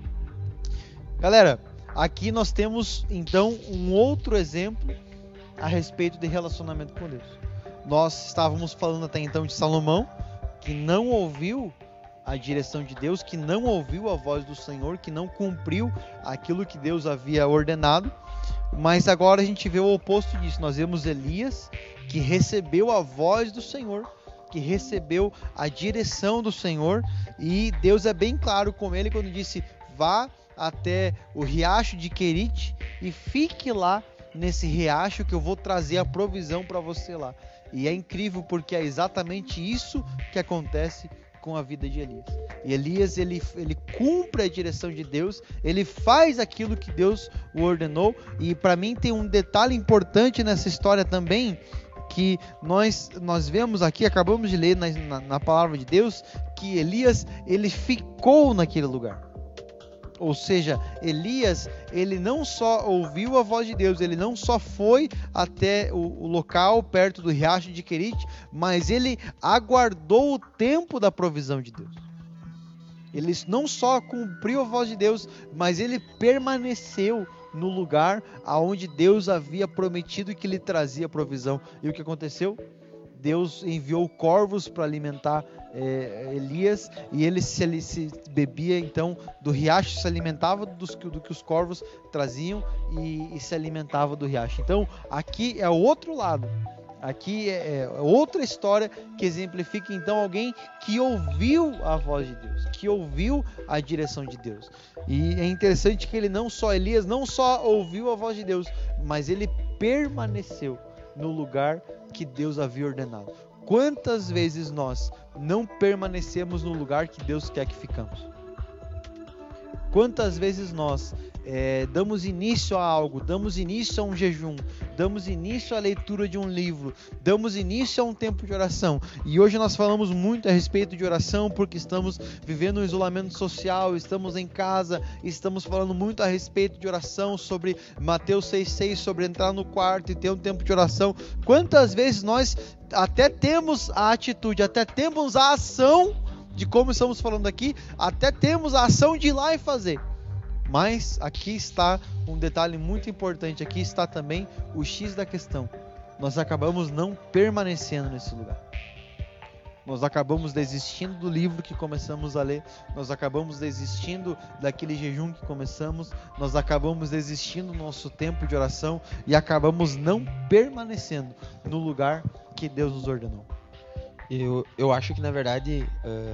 A: Galera, aqui nós temos então um outro exemplo a respeito de relacionamento com Deus. Nós estávamos falando até então de Salomão, que não ouviu a direção de Deus, que não ouviu a voz do Senhor, que não cumpriu aquilo que Deus havia ordenado. Mas agora a gente vê o oposto disso. Nós vemos Elias, que recebeu a voz do Senhor, que recebeu a direção do Senhor, e Deus é bem claro com ele quando disse: vá até o riacho de Querite e fique lá nesse riacho que eu vou trazer a provisão para você lá. E é incrível porque é exatamente isso que acontece com a vida de Elias. E Elias, ele cumpre a direção de Deus, ele faz aquilo que Deus o ordenou. E para mim tem um detalhe importante nessa história também, que nós vemos aqui, acabamos de ler na palavra de Deus, que Elias, ele ficou naquele lugar. Ou seja, Elias, ele não só ouviu a voz de Deus, ele não só foi até o local perto do riacho de Querite, mas ele aguardou o tempo da provisão de Deus. Ele não só cumpriu a voz de Deus, mas ele permaneceu no lugar aonde Deus havia prometido que lhe trazia provisão. E o que aconteceu? Deus enviou corvos para alimentar Elias, e ele se bebia então do riacho, se alimentava do que os corvos traziam e se alimentava do riacho. Então aqui é o outro lado, aqui é outra história que exemplifica então alguém que ouviu a voz de Deus, que ouviu a direção de Deus. E é interessante que Elias não só ouviu a voz de Deus, mas ele permaneceu no lugar que Deus havia ordenado. Quantas vezes nós não permanecemos no lugar que Deus quer que ficamos? Quantas vezes nós damos início a algo, damos início a um jejum, damos início à leitura de um livro, damos início a um tempo de oração. E hoje nós falamos muito a respeito de oração porque estamos vivendo um isolamento social, estamos em casa, estamos falando muito a respeito de oração, sobre Mateus 6,6, sobre entrar no quarto e ter um tempo de oração. Quantas vezes nós até temos a atitude, até temos a ação, de como estamos falando aqui, até temos a ação de ir lá e fazer. Mas aqui está um detalhe muito importante, aqui está também o X da questão. Nós acabamos não permanecendo nesse lugar. Nós acabamos desistindo do livro que começamos a ler, nós acabamos desistindo daquele jejum que começamos, nós acabamos desistindo do nosso tempo de oração e acabamos não permanecendo no lugar que Deus nos ordenou.
B: Eu acho que na verdade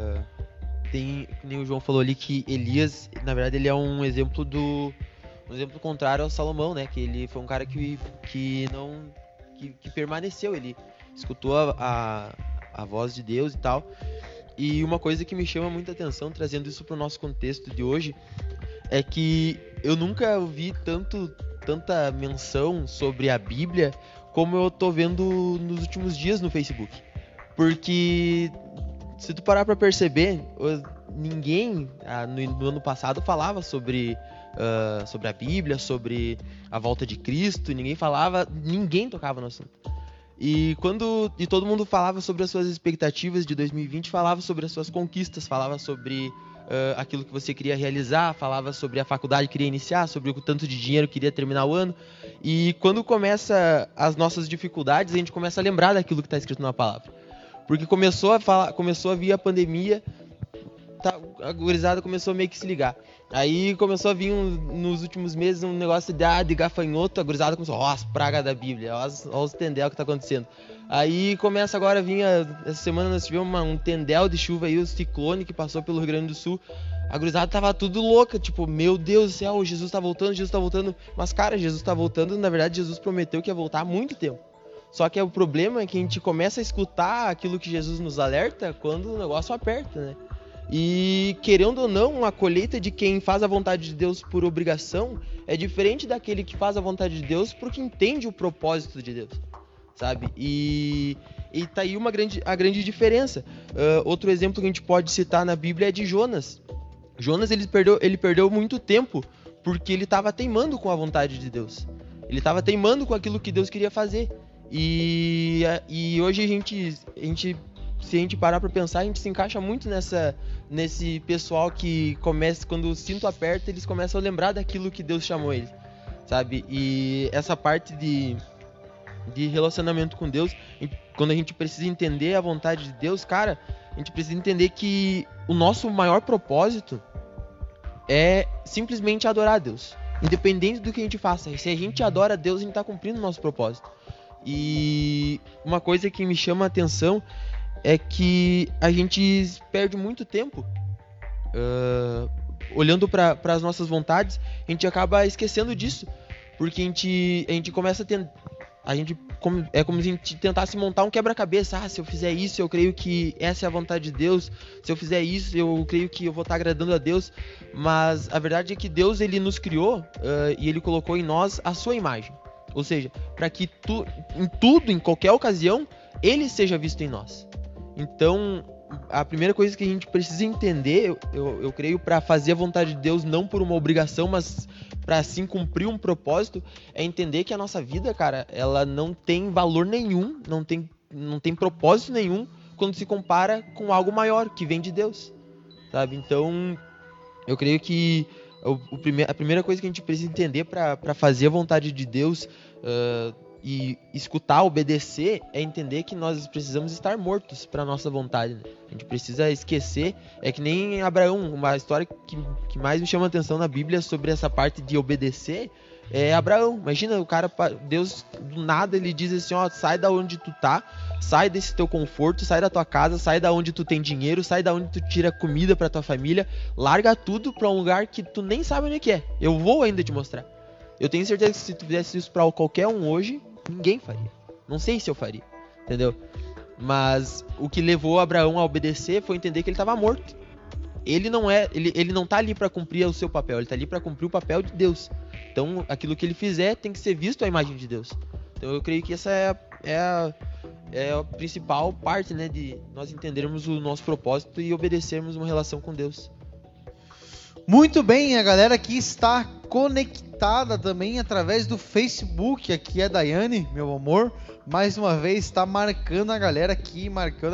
B: tem, nem o João falou ali, que Elias, na verdade, ele é um exemplo contrário ao Salomão, né? Que ele foi um cara que permaneceu, ele escutou a voz de Deus e tal. E uma coisa que me chama muita atenção, trazendo isso para o nosso contexto de hoje, é que eu nunca ouvi tanta menção sobre a Bíblia como eu tô vendo nos últimos dias no Facebook. Porque se tu parar para perceber, ninguém no ano passado falava sobre a Bíblia, sobre a volta de Cristo, ninguém tocava no assunto. E todo mundo falava sobre as suas expectativas de 2020, falava sobre as suas conquistas, falava sobre aquilo que você queria realizar, falava sobre a faculdade que queria iniciar, sobre o tanto de dinheiro que queria terminar o ano. E quando começa as nossas dificuldades, a gente começa a lembrar daquilo que está escrito na palavra. Porque começou a vir a pandemia, a gurizada começou a meio que se ligar. Aí começou a vir nos últimos meses um negócio de gafanhoto, a gurizada começou, as pragas da Bíblia, ó os tendel que tá acontecendo. Aí começa agora a vir, essa semana nós tivemos um tendel de chuva aí, o ciclone que passou pelo Rio Grande do Sul. A gurizada tava tudo louca, tipo, meu Deus do céu, Jesus tá voltando. Mas cara, Jesus tá voltando, na verdade Jesus prometeu que ia voltar há muito tempo. Só que o problema é que a gente começa a escutar aquilo que Jesus nos alerta quando o negócio aperta, né? E querendo ou não, a colheita de quem faz a vontade de Deus por obrigação é diferente daquele que faz a vontade de Deus porque entende o propósito de Deus, sabe? E tá aí a grande diferença. Outro exemplo que a gente pode citar na Bíblia é de Jonas. Jonas ele perdeu muito tempo porque ele estava teimando com a vontade de Deus. Ele estava teimando com aquilo que Deus queria fazer. E hoje se a gente parar para pensar, a gente se encaixa muito nesse pessoal que começa, quando o cinto aperta, eles começam a lembrar daquilo que Deus chamou eles, sabe? E essa parte de relacionamento com Deus, quando a gente precisa entender a vontade de Deus, cara, a gente precisa entender que o nosso maior propósito é simplesmente adorar a Deus, independente do que a gente faça. Se a gente adora a Deus, a gente está cumprindo o nosso propósito. E uma coisa que me chama a atenção é que a gente perde muito tempo olhando para as nossas vontades. A gente acaba esquecendo disso, porque a gente começa a gente é como se a gente tentasse montar um quebra-cabeça. Se eu fizer isso, eu creio que essa é a vontade de Deus. Se eu fizer isso, eu creio que eu vou estar agradando a Deus. Mas a verdade é que Deus, ele nos criou e ele colocou em nós a sua imagem. Ou seja, para que em tudo, em qualquer ocasião, ele seja visto em nós. Então, a primeira coisa que a gente precisa entender, eu creio, para fazer a vontade de Deus, não por uma obrigação, mas para assim cumprir um propósito, é entender que a nossa vida, cara, ela não tem valor nenhum, não tem propósito nenhum quando se compara com algo maior que vem de Deus, sabe? Então, eu creio que a primeira coisa que a gente precisa entender para fazer a vontade de Deus e escutar, obedecer, é entender que nós precisamos estar mortos para a nossa vontade, né? A gente precisa esquecer, é que nem Abraão, uma história que mais me chama a atenção na Bíblia sobre essa parte de obedecer, é Abraão. Imagina, o cara, Deus do nada, ele diz assim, sai da onde tu tá, sai desse teu conforto, sai da tua casa, sai da onde tu tem dinheiro, sai da onde tu tira comida pra tua família, larga tudo pra um lugar que tu nem sabe onde é que é. Eu vou ainda te mostrar. Eu tenho certeza que se tu fizesse isso pra qualquer um hoje, ninguém faria. Não sei se eu faria, entendeu? Mas o que levou Abraão a obedecer foi entender que ele estava morto. Ele não tá ali para cumprir o seu papel, ele tá ali para cumprir o papel de Deus. Então, aquilo que ele fizer tem que ser visto à imagem de Deus. Então, eu creio que essa é a principal parte, né, de nós entendermos o nosso propósito e obedecermos uma relação com Deus.
A: Muito bem, a galera que está conectada também através do Facebook, aqui é a Daiane, meu amor, mais uma vez está marcando a galera aqui,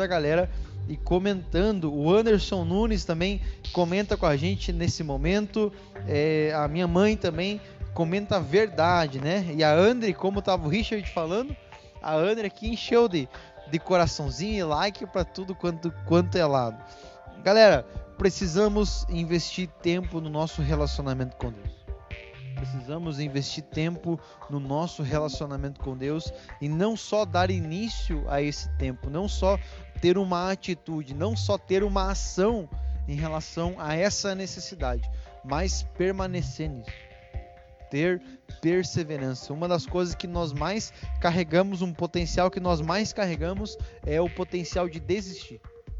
A: e comentando. O Anderson Nunes também comenta com a gente nesse momento, a minha mãe também comenta a verdade, né? E a André, como estava o Richard falando, a André aqui encheu de coraçãozinho e like para tudo quanto é lado. Galera, precisamos investir tempo no nosso relacionamento com Deus. Precisamos investir tempo no nosso relacionamento com Deus e não só dar início a esse tempo, não só ter uma atitude, não só ter uma ação em relação a essa necessidade, mas permanecer nisso. Ter perseverança. Uma das coisas que nós mais carregamos, um potencial que nós mais carregamos é o potencial de desistir.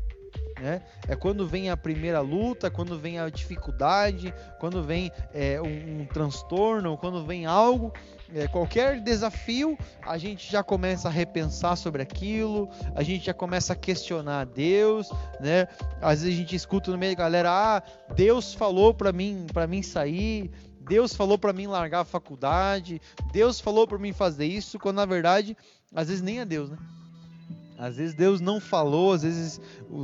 A: É quando vem a primeira luta, quando vem a dificuldade, quando vem um transtorno, quando vem algo, qualquer desafio, a gente já começa a repensar sobre aquilo, a gente já começa a questionar a Deus, né? Às vezes a gente escuta no meio da galera, Deus falou para mim sair, Deus falou para mim largar a faculdade, Deus falou para mim fazer isso, quando na verdade, às vezes nem é Deus, né? Às vezes Deus não falou, às vezes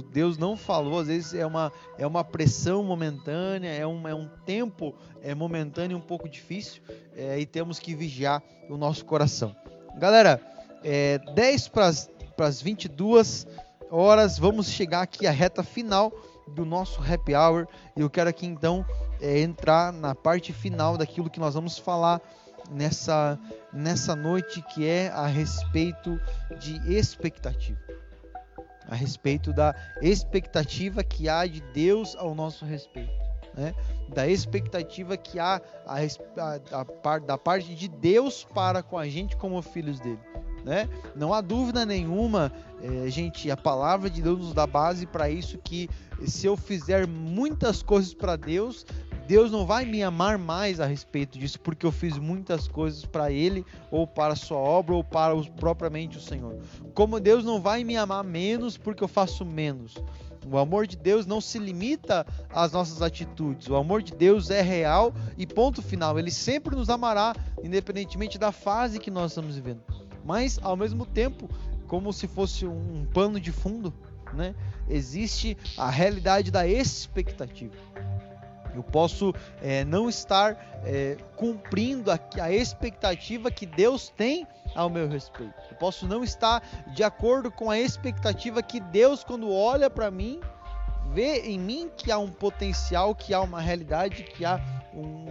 A: é uma pressão momentânea, é um tempo momentâneo um pouco difícil, e temos que vigiar o nosso coração. Galera, 10 para as 22 horas, vamos chegar aqui à reta final do nosso Happy Hour, e eu quero aqui então entrar na parte final daquilo que nós vamos falar nessa noite, que é a respeito de expectativa, a respeito da expectativa que há de Deus ao nosso respeito, né? Da expectativa que há da parte de Deus para com a gente como filhos dele, né? Não há dúvida nenhuma, gente, a palavra de Deus nos dá base para isso, que se eu fizer muitas coisas para Deus, Deus não vai me amar mais a respeito disso, porque eu fiz muitas coisas para Ele, ou para a sua obra, ou para propriamente o Senhor. Como Deus não vai me amar menos porque eu faço menos. O amor de Deus não se limita às nossas atitudes. O amor de Deus é real e ponto final. Ele sempre nos amará, independentemente da fase que nós estamos vivendo. Mas, ao mesmo tempo, como se fosse um pano de fundo, né? Existe a realidade da expectativa. Eu posso não estar cumprindo a expectativa que Deus tem ao meu respeito. Eu posso não estar de acordo com a expectativa que Deus, quando olha para mim, vê em mim que há um potencial, que há uma realidade, que há um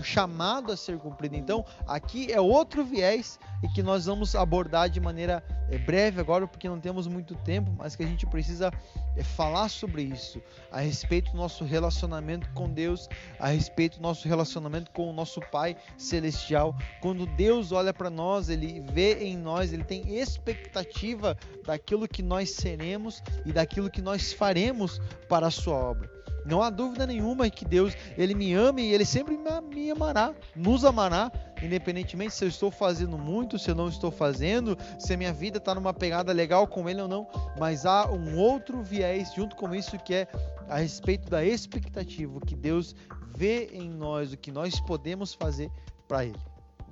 A: chamado a ser cumprido. Então, aqui é outro viés e que nós vamos abordar de maneira breve agora, porque não temos muito tempo, mas que a gente precisa falar sobre isso, a respeito do nosso relacionamento com Deus, a respeito do nosso relacionamento com o nosso Pai Celestial. Quando Deus olha para nós, Ele vê em nós, Ele tem expectativa daquilo que nós seremos e daquilo que nós faremos para a sua obra. Não há dúvida nenhuma que Deus, Ele me ama e Ele sempre me amará, nos amará, independentemente se eu estou fazendo muito, se eu não estou fazendo, se a minha vida está numa pegada legal com Ele ou não, mas há um outro viés junto com isso, que é a respeito da expectativa, o que Deus vê em nós, o que nós podemos fazer para Ele.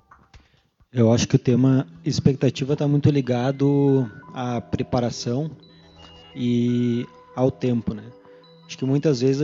D: Eu acho que o tema expectativa está muito ligado à preparação e ao tempo, né? Acho que muitas vezes a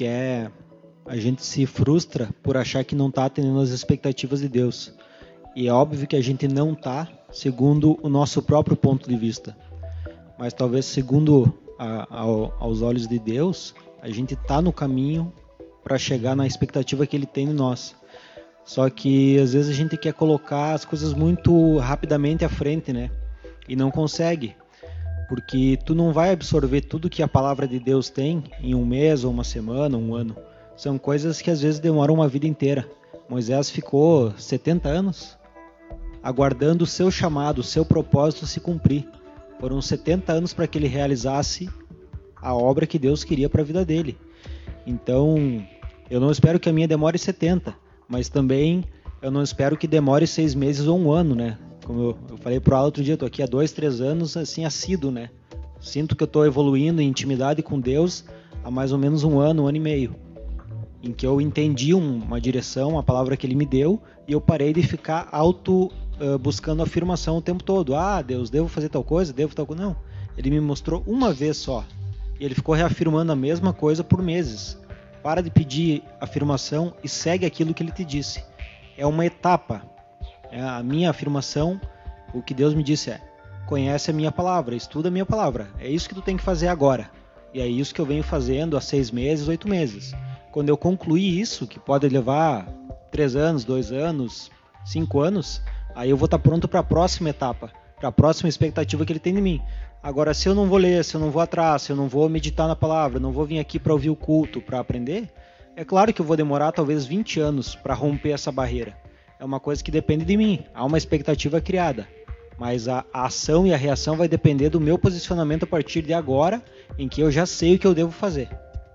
D: gente se frustra por achar que não está atendendo às expectativas de Deus. E é óbvio que a gente não está, segundo o nosso próprio ponto de vista. Mas talvez segundo aos olhos de Deus, a gente está no caminho para chegar na expectativa que Ele tem de nós. Só que às vezes a gente quer colocar as coisas muito rapidamente à frente, né? E não consegue. Porque tu não vai absorver tudo que a palavra de Deus tem em um mês, ou uma semana, um ano. São coisas que às vezes demoram uma vida inteira. Moisés ficou 70 anos aguardando o seu chamado, o seu propósito se cumprir. Foram 70 anos para que ele realizasse a obra que Deus queria para a vida dele. Então, eu não espero que a minha demore 70, mas também eu não espero que demore 6 meses ou um ano, né? Como eu falei pro Alan outro dia, eu tô aqui há 2, 3 anos, assim, assíduo, né? Sinto que eu tô evoluindo em intimidade com Deus há mais ou menos um ano e meio. Em que eu entendi uma direção, uma palavra que Ele me deu, e eu parei de ficar buscando afirmação o tempo todo. Ah, Deus, devo fazer tal coisa? Devo tal coisa? Não. Ele me mostrou uma vez só. E Ele ficou reafirmando a mesma coisa por meses. Para de pedir afirmação e segue aquilo que Ele te disse. É uma etapa. A minha afirmação, o que Deus me disse é: conhece a minha palavra, estuda a minha palavra. É isso que tu tem que fazer agora. E é isso que eu venho fazendo há 6 meses, 8 meses. Quando eu concluir isso, que pode levar 3 anos, 2 anos, 5 anos, aí eu vou estar pronto para a próxima etapa, para a próxima expectativa que Ele tem de mim. Agora, se eu não vou ler, se eu não vou atrás, se eu não vou meditar na palavra, não vou vir aqui para ouvir o culto, para aprender, é claro que eu vou demorar talvez 20 anos para romper essa barreira. É uma coisa que depende de mim, há uma expectativa criada. Mas a ação e a reação vai depender do meu posicionamento a partir de agora, em que eu já sei o que eu devo fazer.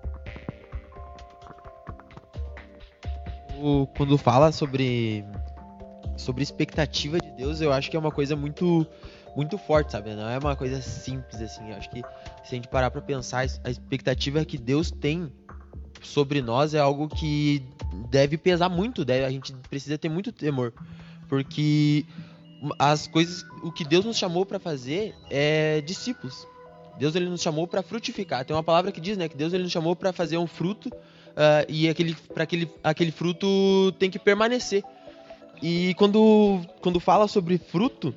B: Quando fala sobre expectativa de Deus, eu acho que é uma coisa muito, muito forte, sabe? Não é uma coisa simples, assim. Eu acho que se a gente parar pra pensar, a expectativa que Deus tem sobre nós é algo que deve pesar muito, a gente precisa ter muito temor, porque as coisas, o que Deus nos chamou para fazer é discípulos. Deus, ele nos chamou para frutificar. Tem uma palavra que diz, né, que Deus, ele nos chamou para fazer um fruto, e aquele fruto tem que permanecer. E quando fala sobre fruto,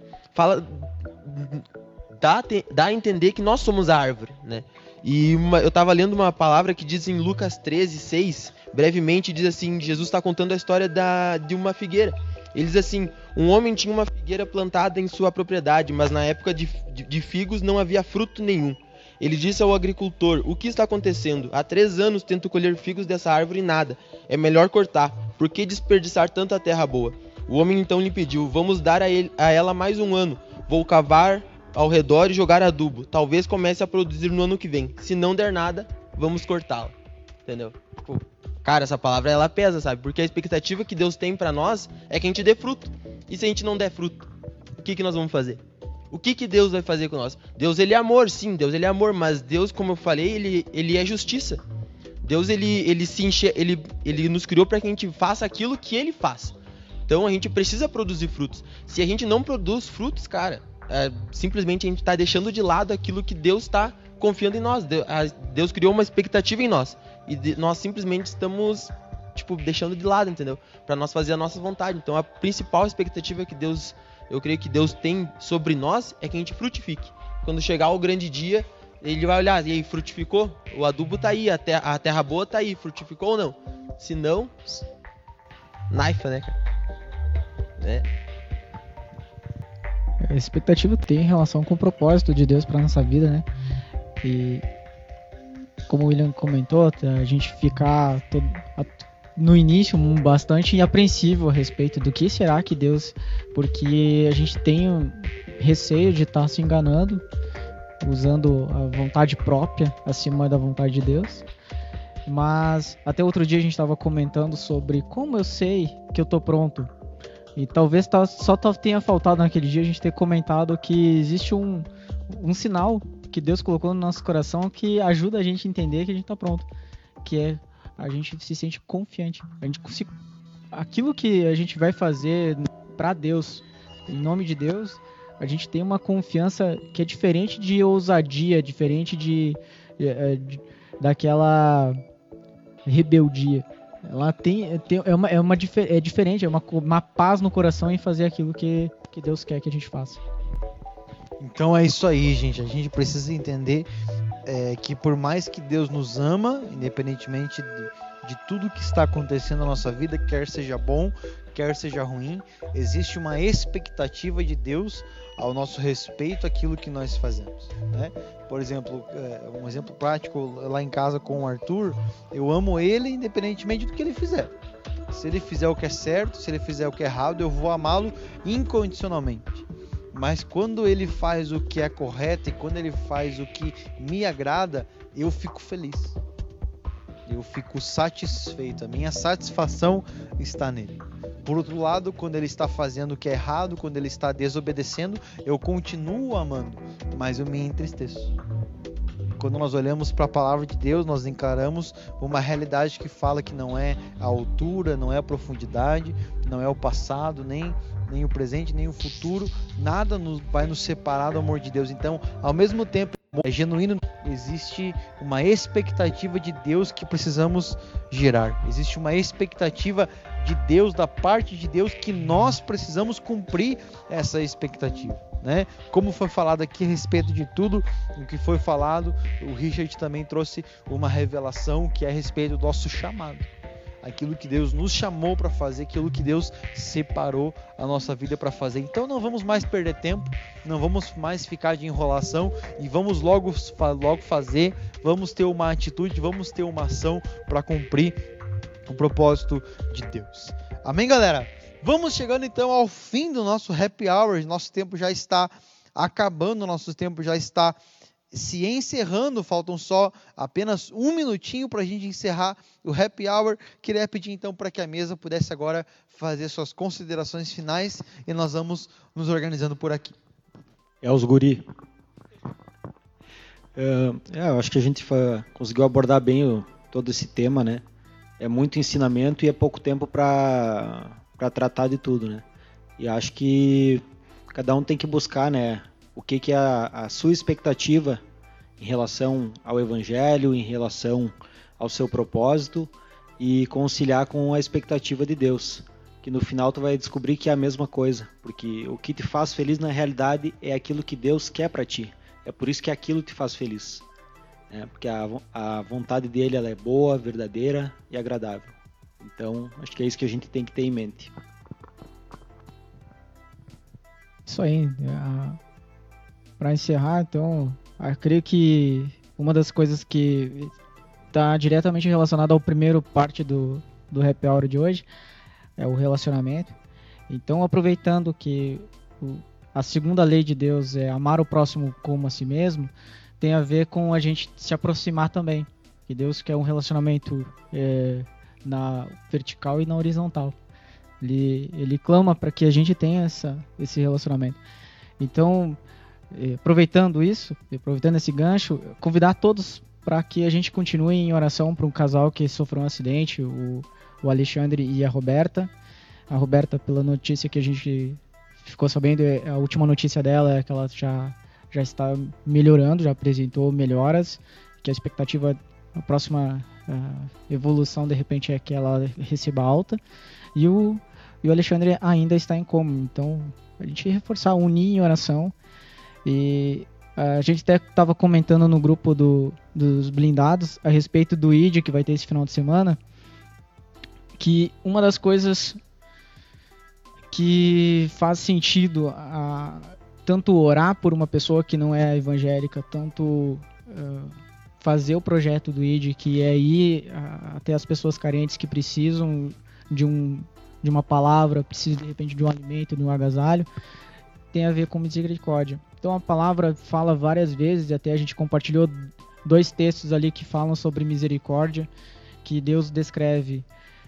B: dá a entender que nós somos a árvore, né? E eu estava lendo uma palavra que diz em Lucas 13:6, brevemente diz assim, Jesus está contando a história de uma figueira. Ele diz assim: um homem tinha uma figueira plantada em sua propriedade, mas na época de figos não havia fruto nenhum. Ele disse ao agricultor: o que está acontecendo? Há 3 anos tento colher figos dessa árvore e nada. É melhor cortar. Por que desperdiçar tanta terra boa? O homem então lhe pediu: vamos dar a ela mais um ano. Vou cavar ao redor e jogar adubo. Talvez comece a produzir no ano que vem. Se não der nada, vamos cortá-la. Entendeu? Cara, essa palavra ela pesa, sabe? Porque a expectativa que Deus tem pra nós é que a gente dê fruto. E se a gente não der fruto, o que nós vamos fazer? O que Deus vai fazer com nós? Deus, ele é amor, sim, Deus, ele é amor, mas Deus, como eu falei, ele é justiça. Deus, ele nos criou para que a gente faça aquilo que ele faz. Então a gente precisa produzir frutos. Se a gente não produz frutos, cara, simplesmente a gente está deixando de lado aquilo que Deus está confiando em nós. Deus criou uma expectativa em nós. E nós simplesmente estamos, deixando de lado, entendeu? Para nós fazer a nossa vontade. Então a principal expectativa que Deus, eu creio que Deus tem sobre nós é que a gente frutifique. Quando chegar o grande dia, Ele vai olhar, e aí, frutificou? O adubo tá aí, a terra boa tá aí, frutificou ou não? Se não, Naifa, né, cara? É.
C: A expectativa tem relação com o propósito de Deus para nossa vida, né? E como o William comentou, a gente ficar no início bastante apreensivo a respeito do que será que Deus... Porque a gente tem receio de estar se enganando, usando a vontade própria acima da vontade de Deus. Mas até outro dia a gente estava comentando sobre como eu sei que eu tô pronto. E talvez só tenha faltado naquele dia a gente ter comentado que existe um sinal que Deus colocou no nosso coração que ajuda a gente a entender que a gente tá pronto. Que é a gente se sente confiante. Aquilo que a gente vai fazer para Deus, em nome de Deus, a gente tem uma confiança que é diferente de ousadia, diferente daquela rebeldia. Ela é diferente, é uma paz no coração em fazer aquilo que Deus quer que a gente faça.
A: Então é isso aí, gente. A gente precisa entender que por mais que Deus nos ama, independentemente de tudo que está acontecendo na nossa vida, quer seja bom, quer seja ruim, existe uma expectativa de Deus ao nosso respeito àquilo que nós fazemos, né? Por exemplo, um exemplo prático lá em casa com o Arthur, eu amo ele independentemente do que ele fizer. Se ele fizer o que é certo, se ele fizer o que é errado, eu vou amá-lo incondicionalmente. Mas quando ele faz o que é correto e quando ele faz o que me agrada, eu fico feliz. Eu fico satisfeito. A minha satisfação está nele. Por outro lado, quando ele está fazendo o que é errado, quando ele está desobedecendo, eu continuo amando, mas eu me entristeço. Quando nós olhamos para a palavra de Deus, nós encaramos uma realidade que fala que não é a altura, não é a profundidade, não é o passado, nem o presente, nem o futuro. Nada vai nos separar do amor de Deus. Então, ao mesmo tempo, é genuíno, existe uma expectativa de Deus que precisamos gerar. Existe uma expectativa de Deus, da parte de Deus, que nós precisamos cumprir essa expectativa, né? Como foi falado aqui a respeito de tudo o que foi falado, o Richard também trouxe uma revelação que é a respeito do nosso chamado. Aquilo que Deus nos chamou para fazer, aquilo que Deus separou a nossa vida para fazer. Então não vamos mais perder tempo, não vamos mais ficar de enrolação e vamos logo fazer, vamos ter uma atitude, vamos ter uma ação para cumprir o propósito de Deus. Amém, galera? Vamos chegando então ao fim do nosso happy hour. Nosso tempo já está acabando, nosso tempo já está se encerrando, faltam só apenas um minutinho para a gente encerrar o happy hour. Queria pedir então para que a mesa pudesse agora fazer suas considerações finais e nós vamos nos organizando por aqui.
D: É os guri. Eu acho que a gente conseguiu abordar bem todo esse tema, né? É muito ensinamento e é pouco tempo para tratar de tudo, né? E acho que cada um tem que buscar, né? O que é a sua expectativa em relação ao Evangelho, em relação ao seu propósito e conciliar com a expectativa de Deus, que no final tu vai descobrir que é a mesma coisa, porque o que te faz feliz na realidade é aquilo que Deus quer para ti, é por isso que aquilo te faz feliz, né? Porque a vontade dele ela é boa, verdadeira e agradável. Então acho que é isso que a gente tem que ter em mente.
C: Isso aí. Para encerrar, então, eu creio que uma das coisas que está diretamente relacionada ao primeiro parte do happy hour de hoje é o relacionamento. Então, aproveitando que a segunda lei de Deus é amar o próximo como a si mesmo, tem a ver com a gente se aproximar também. Que Deus quer um relacionamento na vertical e na horizontal. Ele clama para que a gente tenha esse relacionamento. Então, aproveitando esse gancho, convidar todos para que a gente continue em oração para um casal que sofreu um acidente, o Alexandre e a Roberta. A Roberta, pela notícia que a gente ficou sabendo, a última notícia dela é que ela já está melhorando, já apresentou melhoras, que a expectativa, a próxima evolução, de repente, é que ela receba alta. E o Alexandre ainda está em coma, então a gente reforçar, unir em oração. E a gente até estava comentando no grupo dos blindados a respeito do ID que vai ter esse final de semana, que uma das coisas que faz sentido tanto orar por uma pessoa que não é evangélica, tanto fazer o projeto do ID, que é ir até as pessoas carentes que precisam de uma palavra, precisam de repente de um alimento, de um agasalho, tem a ver com misericórdia. Então a palavra fala várias vezes, até a gente compartilhou 2 textos ali que falam sobre misericórdia, que Deus descreve: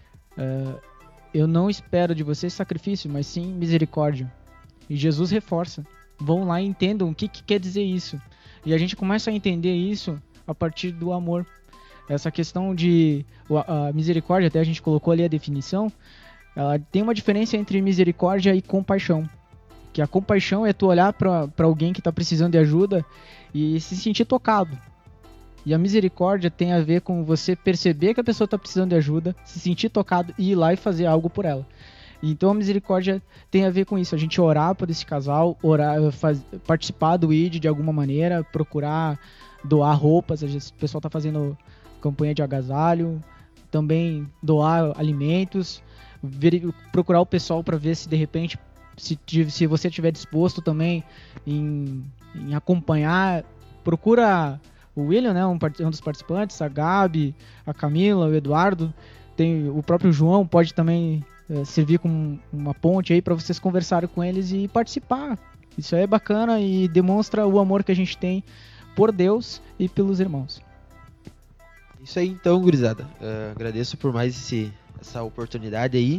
C: eu não espero de vocês sacrifício, mas sim misericórdia. E Jesus reforça: vão lá e entendam o que quer dizer isso. E a gente começa a entender isso a partir do amor. Essa questão de a misericórdia, até a gente colocou ali a definição, ela tem uma diferença entre misericórdia e compaixão. Que a compaixão é tu olhar para alguém que está precisando de ajuda e se sentir tocado. E a misericórdia tem a ver com você perceber que a pessoa está precisando de ajuda, se sentir tocado e ir lá e fazer algo por ela. Então a misericórdia tem a ver com isso, a gente orar por esse casal, participar do ID de alguma maneira, procurar doar roupas, o pessoal está fazendo campanha de agasalho, também doar alimentos, procurar o pessoal para ver se de repente, se você estiver disposto também em acompanhar, procura o William, né, um dos participantes, a Gabi, a Camila, o Eduardo, tem o próprio João, pode também servir como uma ponte aí para vocês conversarem com eles e participar. Isso aí é bacana e demonstra o amor que a gente tem por Deus e pelos irmãos.
B: Isso aí então, gurizada. Agradeço por mais essa oportunidade aí,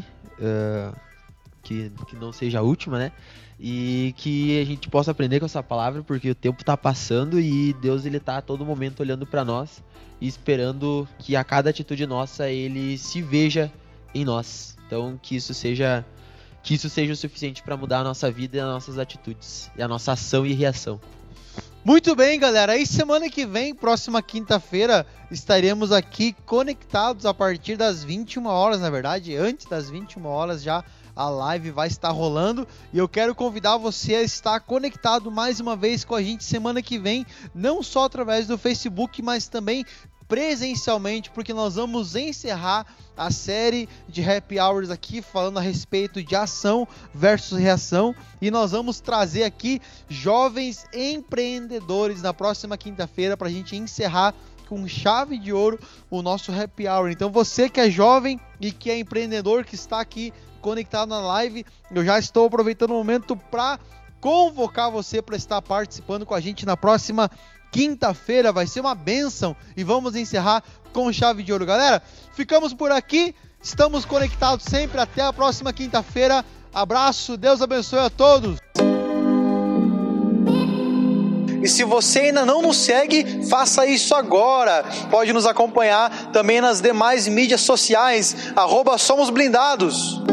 B: que não seja a última, né? E que a gente possa aprender com essa palavra, porque o tempo tá passando e Deus, ele tá a todo momento olhando para nós e esperando que a cada atitude nossa ele se veja em nós. Então que isso seja o suficiente para mudar a nossa vida e as nossas atitudes, e a nossa ação e reação.
A: Muito bem, galera. Aí semana que vem, próxima quinta-feira, estaremos aqui conectados a partir das 21 horas, na verdade, antes das 21 horas já a live vai estar rolando, e eu quero convidar você a estar conectado mais uma vez com a gente semana que vem, não só através do Facebook, mas também presencialmente, porque nós vamos encerrar a série de Happy Hours aqui, falando a respeito de ação versus reação, e nós vamos trazer aqui jovens empreendedores na próxima quinta-feira para a gente encerrar com chave de ouro o nosso Happy Hour. Então você que é jovem e que é empreendedor, que está aqui conectado na live, eu já estou aproveitando o momento para convocar você para estar participando com a gente na próxima quinta-feira. Vai ser uma bênção e vamos encerrar com chave de ouro, galera. Ficamos por aqui, estamos conectados sempre, até a próxima quinta-feira. Abraço, Deus abençoe a todos. E se você ainda não nos segue, faça isso agora. Pode nos acompanhar também nas demais mídias sociais, @somosblindados.